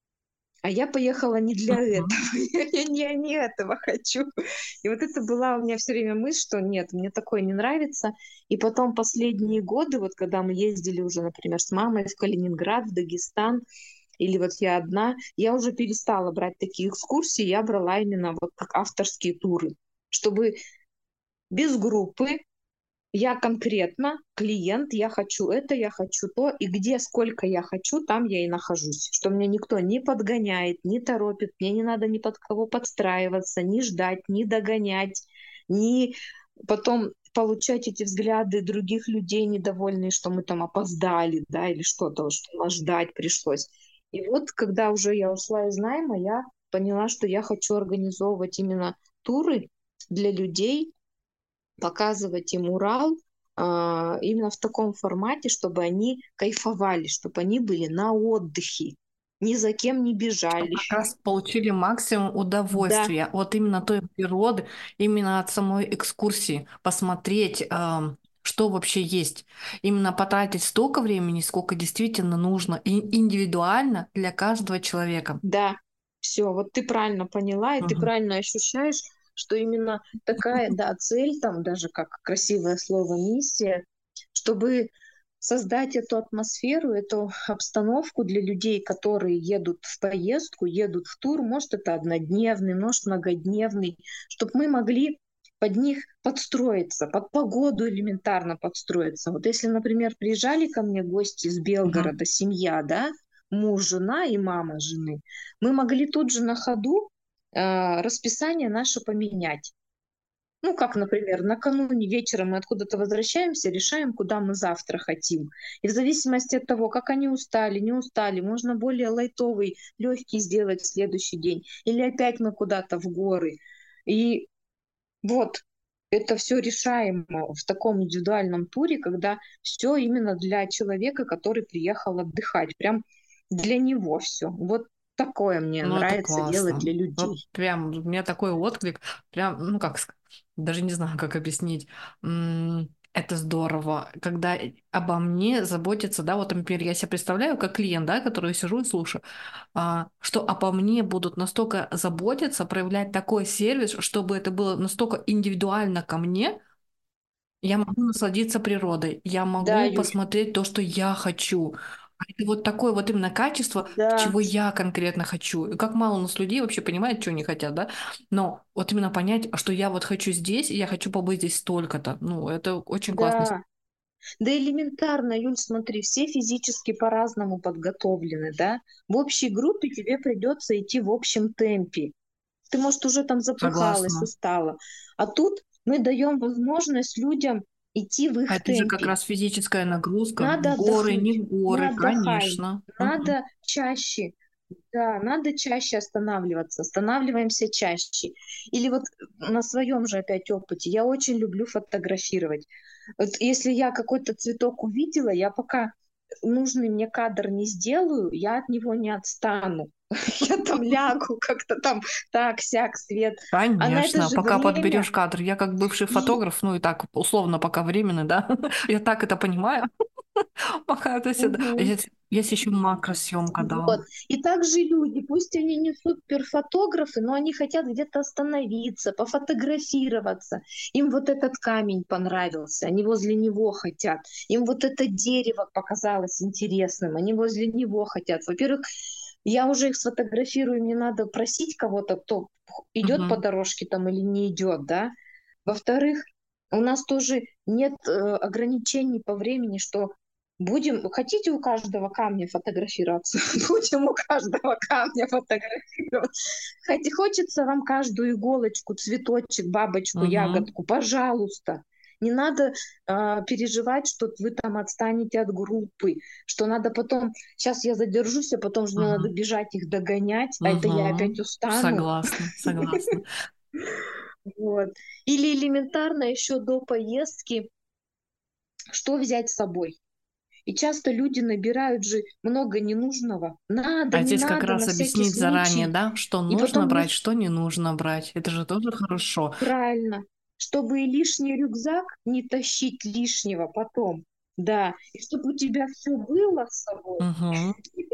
а я поехала не для этого. Мгм. Я не, не этого хочу. И вот это была у меня все время мысль, что нет, мне такое не нравится. И потом последние годы, вот когда мы ездили уже, например, с мамой в Калининград, в Дагестан, или вот я одна, я уже перестала брать такие экскурсии, я брала именно вот как авторские туры, чтобы без группы я конкретно клиент, я хочу это, я хочу то, и где сколько я хочу, там я и нахожусь. Что меня никто не подгоняет, не торопит, мне не надо ни под кого подстраиваться, ни ждать, ни догонять, ни потом получать эти взгляды других людей недовольные, что мы там опоздали, да, или что-то, что нас ждать пришлось. И вот, когда уже я ушла из найма, я поняла, что я хочу организовывать именно туры для людей, показывать им Урал а, именно в таком формате, чтобы они кайфовали, чтобы они были на отдыхе, ни за кем не Чтоб бежали. как раз получили максимум Да, удовольствия от именно той природы, именно от самой экскурсии, посмотреть, ам, что вообще есть. Именно потратить столько времени, сколько действительно нужно, и индивидуально для каждого человека. да, все, вот ты правильно поняла, и ты Мгм. правильно ощущаешь, что именно такая, да, цель, там даже как красивое слово миссия, чтобы создать эту атмосферу, эту обстановку для людей, которые едут в поездку, едут в тур, может, это однодневный, может, многодневный, чтобы мы могли под них подстроиться, под погоду элементарно подстроиться. Вот если, например, приезжали ко мне гости из Мгм. Белгорода, семья, да, муж, жена и мама жены, мы могли тут же на ходу э, расписание наше поменять. Ну, как, например, накануне вечером мы откуда-то возвращаемся, решаем, куда мы завтра хотим. И в зависимости от того, как они устали, не устали, можно более лайтовый, легкий сделать в следующий день. Или опять мы куда-то в горы. И вот это все решаемо в таком индивидуальном туре, когда все именно для человека, который приехал отдыхать. Прям для него все. Вот такое мне Ну, это нравится делать для классно. Вот людей. прям у меня такой отклик, прям, ну как, ска- даже не знаю, как объяснить. М, Это здорово, когда э, обо мне заботятся, да, вот, например, я себя представляю как клиент, да, который сижу и слушаю, а, что обо мне будут настолько заботиться, проявлять такой сервис, чтобы это было настолько индивидуально ко мне, я могу насладиться природой, я Да, могу Юль, посмотреть то, что я хочу. А это вот такое вот именно качество, да, чего я конкретно хочу. И как мало у нас людей вообще понимает, что они хотят, да? Но вот именно понять, а что я вот хочу здесь, и я хочу побыть здесь столько-то. Ну, это очень классно. да. Да элементарно, Юль, смотри, все физически по-разному подготовлены, да? В общей группе тебе придется идти в общем темпе. Ты, может, уже там запыхалась, Согласна. устала. А тут мы даем возможность людям идти в А их это же как темпе. раз физическая нагрузка. Надо В горы, не отдохнуть, в не горы, отдыхай, конечно. Мгм. надо чаще, да, надо чаще останавливаться, останавливаемся чаще. Или вот на своем же опять опыте, я очень люблю фотографировать. Вот если я какой-то цветок увидела, я пока нужный мне кадр не сделаю, я от него не отстану. Я там лягу как-то там так, сяк, свет. А на это Конечно, же пока время. подберешь кадр. Я как бывший И фотограф, ну и так условно пока временный, да, я так это понимаю. Пока это сюда. мгм. Есть, есть еще макросъемка, да. Вот. И также люди, пусть они не суперфотографы, но они хотят где-то остановиться, пофотографироваться. Им вот этот камень понравился, они возле него хотят. Им вот это дерево показалось интересным, они возле него хотят. Во-первых, я уже их сфотографирую, мне надо просить кого-то, кто идет по Мгм. дорожке там или не идет, да. Во-вторых, у нас тоже нет э, ограничений по времени, что будем, хотите у каждого камня фотографироваться? Будем у каждого камня фотографироваться. Хотите, хочется вам каждую иголочку, цветочек, бабочку, Мгм. ягодку, пожалуйста. Не надо а, переживать, что вы там отстанете от группы, что надо потом, сейчас я задержусь, а потом же мне надо Мгм. бежать их догонять, а это я опять Мгм. устану. Согласна, согласна. Вот. Или элементарно еще до поездки, что взять с собой. И часто люди набирают же много ненужного. Надо, А не здесь как надо, раз на всякий объяснить заранее, случай. да, что И нужно потом брать, не что не нужно брать. Это же тоже хорошо. правильно, чтобы и лишний рюкзак не тащить лишнего потом. Да, и чтобы у тебя все было с собой. Мгм.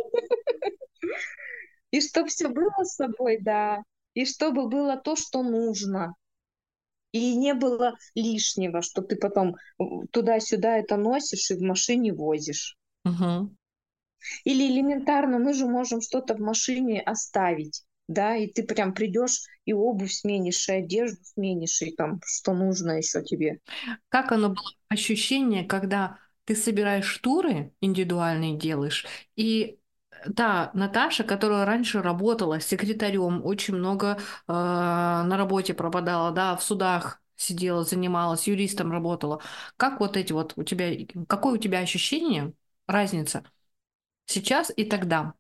И чтобы все было с собой, да. И чтобы было то, что нужно. И не было лишнего, что ты потом э, туда-сюда это носишь и в машине возишь. Мгм. Или элементарно, мы же можем что-то в машине оставить, да, и ты прям придешь и обувь сменишь, и одежду сменишь, и там что нужно еще тебе. Как оно было ощущение, когда ты собираешь туры индивидуальные делаешь, и та Наташа, которая раньше работала секретарем, очень много э, на работе пропадала, да, в судах сидела, занималась, юристом работала. Как вот эти вот у тебя, какое у тебя ощущение, разница сейчас и тогда?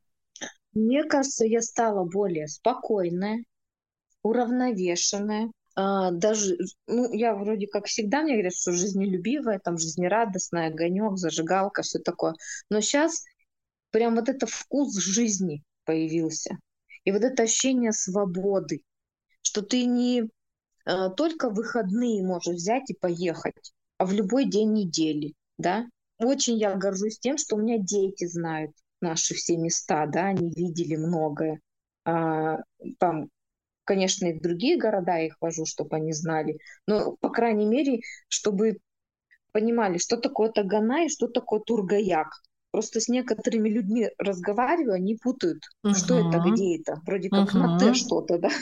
Мне кажется, я стала более спокойная, уравновешенная. А, даже, ну, я вроде как всегда, мне говорят, что жизнелюбивая, там, жизнерадостная, огонек, зажигалка, все такое. Но сейчас прям вот это вкус жизни появился. И вот это ощущение свободы, что ты не э, только в выходные можешь взять и поехать, а в любой день недели, да. Очень я горжусь тем, что у меня дети знают наши все места, да, они видели многое. А, там, конечно, и в другие города я их вожу, чтобы они знали, но, по крайней мере, чтобы понимали, что такое Тагана и что такое Тургаяк. Просто с некоторыми людьми разговариваю, они путают, что это, Угу, где это. Вроде как на «Т» угу. что-то, да.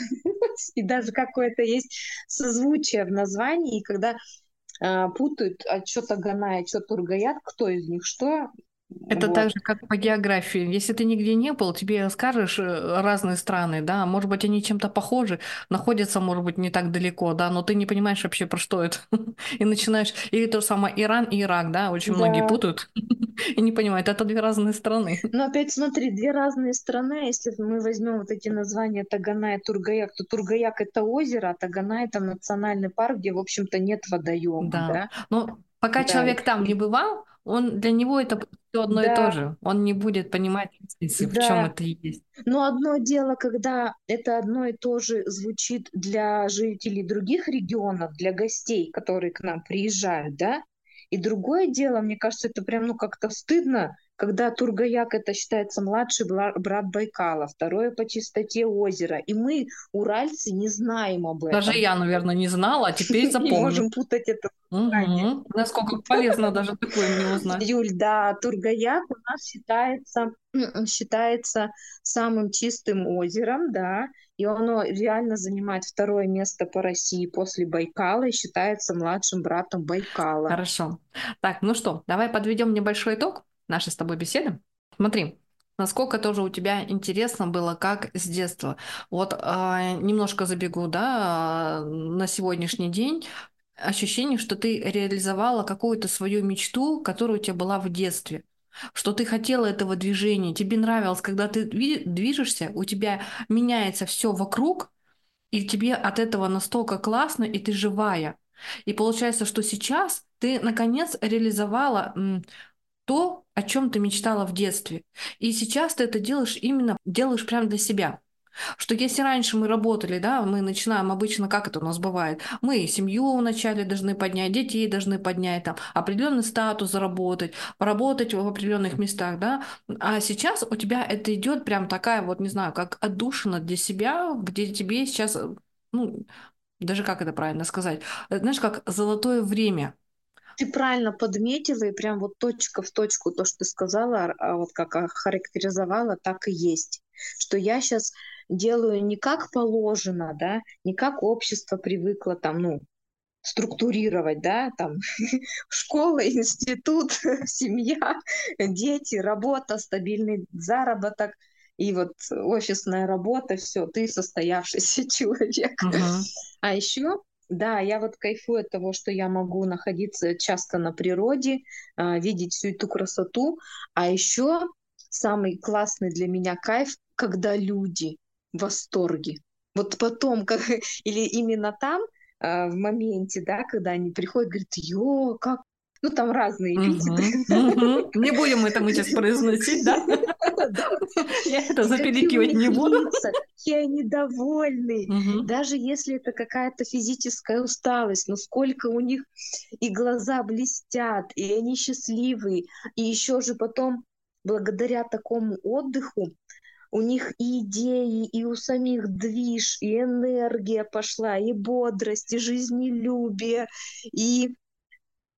И даже какое-то есть созвучие в названии, и когда а, путают, а что Тагана, а что Тургаяк, кто из них что, Это так вот. же, как по географии. Если ты нигде не был, тебе скажешь э, разные страны, да, может быть, они чем-то похожи, находятся, может быть, не так далеко, да, но ты не понимаешь вообще, про что это. И начинаешь... Или то же самое Иран и Ирак, да, очень многие Да. путают и не понимают, это две разные страны. Но опять смотри, две разные страны. А если мы возьмем вот эти названия Тагана и Тургаяк, то Тургаяк — это озеро, а Тагана — это национальный парк, где, в общем-то, нет водоема, Да. да? Но пока Да, человек там не и бывал, он для него это все одно и то да, же. Он не будет понимать разницы, в чем да. это есть. Но одно дело, когда это одно и то же звучит для жителей других регионов, для гостей, которые к нам приезжают, да? И другое дело, мне кажется, это прям, ну, как-то стыдно, когда Тургаяк — это считается младший бла- брат Байкала, второе по чистоте озера. И мы, уральцы, не знаем об Даже этом. я, наверное, не знала, а теперь И запомню. можем путать это название. Угу. Насколько полезно даже такое мне узнать. Юль, да, Тургаяк у нас считается, считается самым чистым озером, да, и оно реально занимает второе место по России после Байкала и считается младшим братом Байкала. Хорошо. Так, ну что, давай подведем небольшой итог нашей с тобой беседы. Смотри, насколько тоже у тебя интересно было, как с детства. Вот а, немножко забегу, да, а, на сегодняшний день. Ощущение, что ты реализовала какую-то свою мечту, которая у тебя была в детстве. Что ты хотела этого движения, тебе нравилось, когда ты дви- движешься, у тебя меняется все вокруг, и тебе от этого настолько классно, и ты живая. И получается, что сейчас ты наконец реализовала м, то, о чем ты мечтала в детстве. И сейчас ты это делаешь именно, делаешь прямо для себя. Что если раньше мы работали, да, мы начинаем обычно, как это у нас бывает, мы семью вначале должны поднять, детей должны поднять, там, определенный статус заработать, поработать в определенных местах, да, а сейчас у тебя это идет прям такая вот, не знаю, как отдушина для себя, где тебе сейчас, э, ну, даже как это правильно сказать, э, знаешь, как золотое время. Ты правильно подметила, и прям вот точка в точку то, что ты сказала, а вот как охарактеризовала, так и есть. Что я сейчас делаю не как положено, да, не как общество привыкло там, ну, структурировать, да, там школа, институт, семья, дети, работа, стабильный заработок и вот офисная работа, все, ты состоявшийся человек. Мгм. А еще, да, я вот кайфую от того, что я могу находиться часто на природе, а, видеть всю эту красоту. А еще самый классный для меня кайф, когда люди в восторге. Вот потом, как, или именно там, а, в моменте, да, когда они приходят, говорят, ё, как, ну там разные эпитеты. Мгм. Мгм. Не будем это мы сейчас произносить, да? Да. Я это И какие у запеликивать них не буду. лица, какие они довольны. Мгм. Даже если это какая-то физическая усталость, но сколько у них и глаза блестят, и они счастливые. И еще же потом, благодаря такому отдыху, у них и идеи, и у самих движ, и энергия пошла, и бодрость, и жизнелюбие, и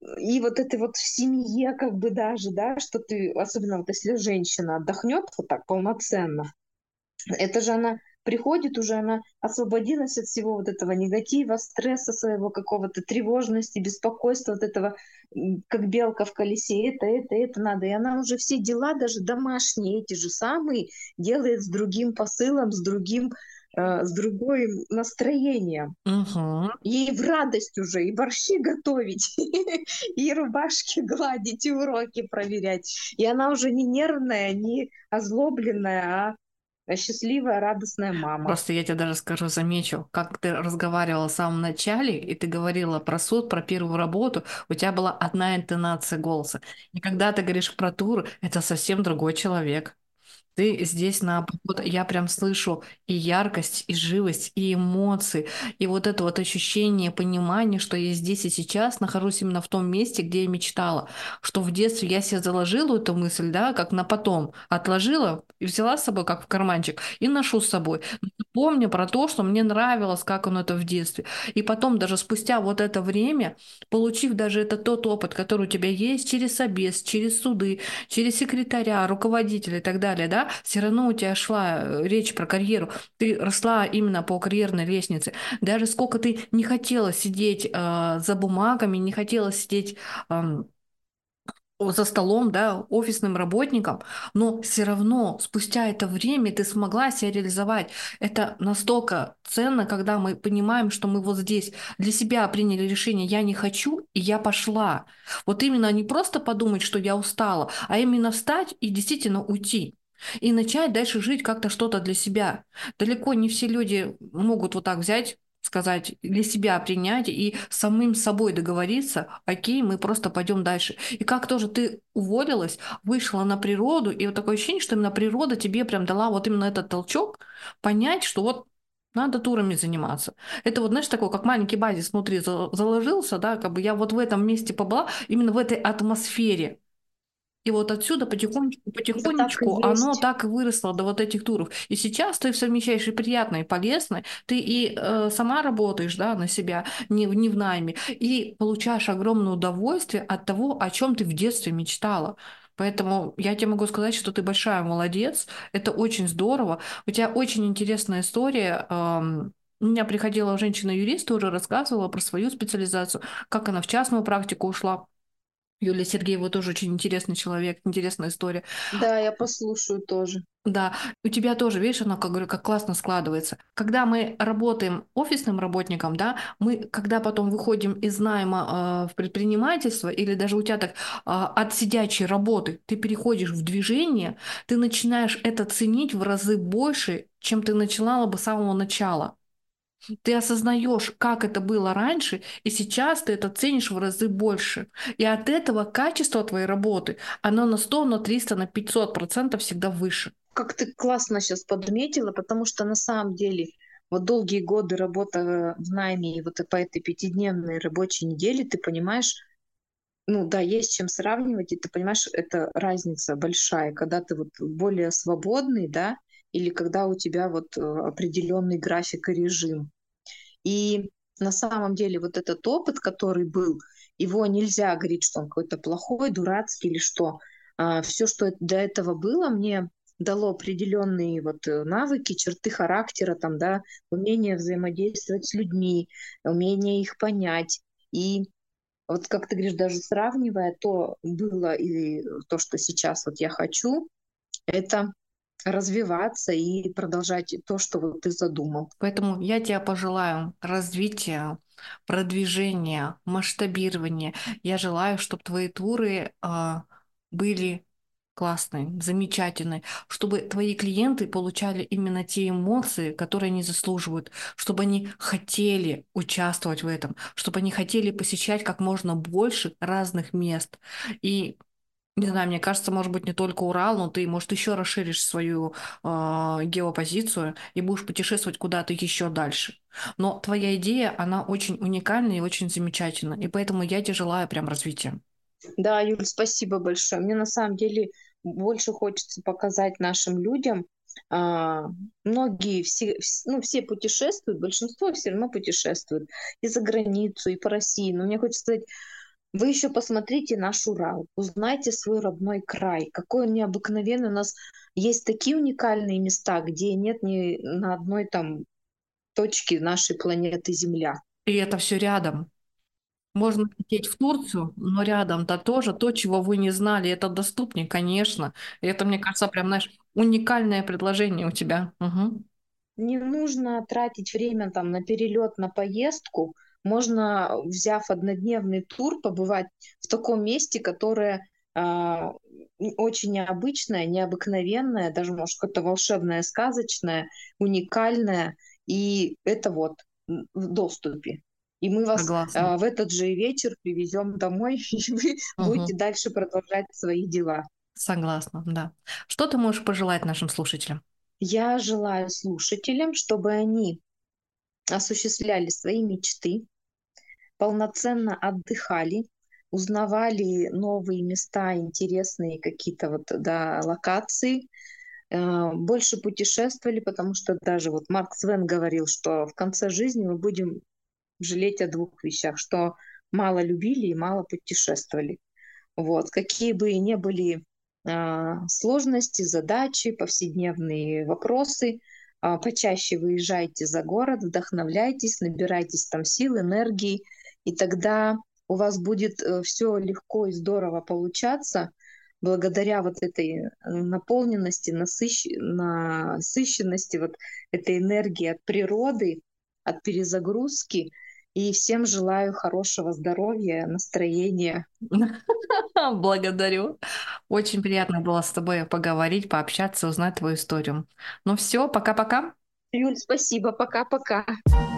И вот это вот в семье как бы даже, да, что ты, особенно вот если женщина отдохнет вот так полноценно, это же она приходит уже, она освободилась от всего вот этого негатива, стресса своего какого-то, тревожности, беспокойства, вот этого, м, как белка в колесе, это, это, это надо. И она уже все дела, даже домашние, эти же самые, делает с другим посылом, с другим, э, с другим настроением. Мгм. Ей в радость уже и борщи готовить, и рубашки гладить, и уроки проверять. И она уже не нервная, не озлобленная, а счастливая, радостная мама. Просто я тебе даже скажу, замечу, как ты разговаривала в самом начале, и ты говорила про суд, про первую работу, у тебя была одна интонация голоса. И когда ты говоришь про тур, это совсем другой человек. Ты здесь наоборот, я прям слышу и яркость, и живость, и эмоции, и вот это вот ощущение, понимание, что я здесь и сейчас нахожусь именно в том месте, где я мечтала, что в детстве я себе заложила эту мысль, да, как на потом, отложила и взяла с собой, как в карманчик, и ношу с собой. Помню про то, что мне нравилось, как оно это в детстве. И потом, даже спустя вот это время, получив даже это тот опыт, который у тебя есть через собес, через суды, через секретаря, руководителя и так далее, да, все равно у тебя шла э, речь про карьеру, ты росла именно по карьерной лестнице. Даже сколько ты не хотела сидеть э, за бумагами, не хотела сидеть ам, о- за столом, да, офисным работником, но все равно спустя это время ты смогла себя реализовать. Это настолько ценно, когда мы понимаем, что мы вот здесь для себя приняли решение «я не хочу» и я пошла. Вот именно не просто подумать, что я устала, а именно встать и действительно уйти. И начать дальше жить как-то что-то для себя. Далеко не все люди могут вот так взять, сказать, для себя принять и самим собой договориться, окей, мы просто пойдем дальше. И как тоже ты уволилась, вышла на природу, и вот такое ощущение, что именно природа тебе прям дала вот именно этот толчок, понять, что вот надо турами заниматься. Это вот, знаешь, такой, как маленький базис внутри за- заложился, да, как бы я вот в этом месте побыла, именно в этой атмосфере. И вот отсюда потихонечку, Это так и потихонечку оно есть. так и выросло до вот этих туров. И сейчас ты совмещаешь и приятное, и полезное. Ты и э, сама работаешь, да, на себя, не, в- не в найме, и получаешь огромное удовольствие от того, о чем ты в детстве мечтала. Поэтому я тебе могу сказать, что ты большая молодец. Это очень здорово. У тебя очень интересная история. Ам, У меня приходила женщина-юрист, тоже рассказывала про свою специализацию, как она в частную практику ушла. Юлия Сергеева тоже очень интересный человек, интересная история. Да, я послушаю тоже. Да, у тебя тоже, видишь, оно, как говорю, как классно складывается. Когда мы работаем офисным работником, да, мы, когда потом выходим из найма э, в предпринимательство, или даже у тебя так а, от сидячей работы, ты переходишь в движение, ты начинаешь это ценить в разы больше, чем ты начинала бы с самого начала. Ты осознаешь, как это было раньше, и сейчас ты это ценишь в разы больше. И от этого качество твоей работы, оно на сто, на триста, на пятьсот процентов всегда выше. Как ты классно сейчас подметила, потому что на самом деле вот долгие годы работы в найме и вот и по этой пятидневной рабочей неделе, ты понимаешь, ну да, есть чем сравнивать, и ты понимаешь, это разница большая, когда ты вот более свободный, да, или когда у тебя вот э, определенный график и режим. И на самом деле вот этот опыт, который был, его нельзя говорить, что он какой-то плохой, дурацкий или что. Все, что до этого было, мне дало определенные вот э, навыки, черты характера, там, да, умение взаимодействовать с людьми, умение их понять. И вот как ты говоришь, даже сравнивая то было и то, что сейчас вот я хочу, это развиваться и продолжать то, что вот ты задумал. Поэтому я тебе пожелаю развития, продвижения, масштабирования. Я желаю, чтобы твои туры а, были классные, замечательные, чтобы твои клиенты получали именно те эмоции, которые они заслуживают, чтобы они хотели участвовать в этом, чтобы они хотели посещать как можно больше разных мест. И не знаю, мне кажется, может быть, не только Урал, но ты, может, еще расширишь свою э, геопозицию и будешь путешествовать куда-то еще дальше. Но твоя идея, она очень уникальна и очень замечательна. И поэтому я тебе желаю прям развития. Да, Юль, спасибо большое. Мне на самом деле больше хочется показать нашим людям. а, Многие, все, вс- ну, все путешествуют, большинство все равно путешествуют и за границу, и по России. Но мне хочется сказать, Вы еще посмотрите наш Урал, узнайте свой родной край, какой он необыкновенный. У нас есть такие уникальные места, где нет ни на одной там точке нашей планеты Земля. И это все рядом. Можно лететь в Турцию, но рядом-то тоже то, чего вы не знали, это доступнее, конечно. И это, мне кажется, прям, знаешь, уникальное предложение у тебя. Мгм. Не нужно тратить время там на перелет, на поездку. Можно, взяв однодневный тур, побывать в таком месте, которое а, м, очень необычное, необыкновенное, даже, может, какое-то волшебное, сказочное, уникальное. И это вот м, в доступе. И мы вас Согласна. а, в этот же вечер привезем домой, и вы будете Мгм. дальше продолжать свои дела. Согласна, да. Что ты можешь пожелать нашим слушателям? Я желаю слушателям, чтобы они осуществляли свои мечты, полноценно отдыхали, узнавали новые места, интересные какие-то вот, да, локации, э, больше путешествовали, потому что даже вот Марк Свен говорил, что в конце жизни мы будем жалеть о двух вещах, что мало любили и мало путешествовали. Вот. Какие бы ни были а, сложности, задачи, повседневные вопросы, а, почаще выезжайте за город, вдохновляйтесь, набирайтесь там сил, энергии, и тогда у вас будет все легко и здорово получаться благодаря вот этой э, наполненности, насыщ- насыщенности, вот этой энергии от природы, от перезагрузки. И всем желаю хорошего здоровья, настроения. Благодарю. Очень приятно было с тобой поговорить, пообщаться, узнать твою историю. Ну все, пока-пока. Юль, спасибо. Пока-пока.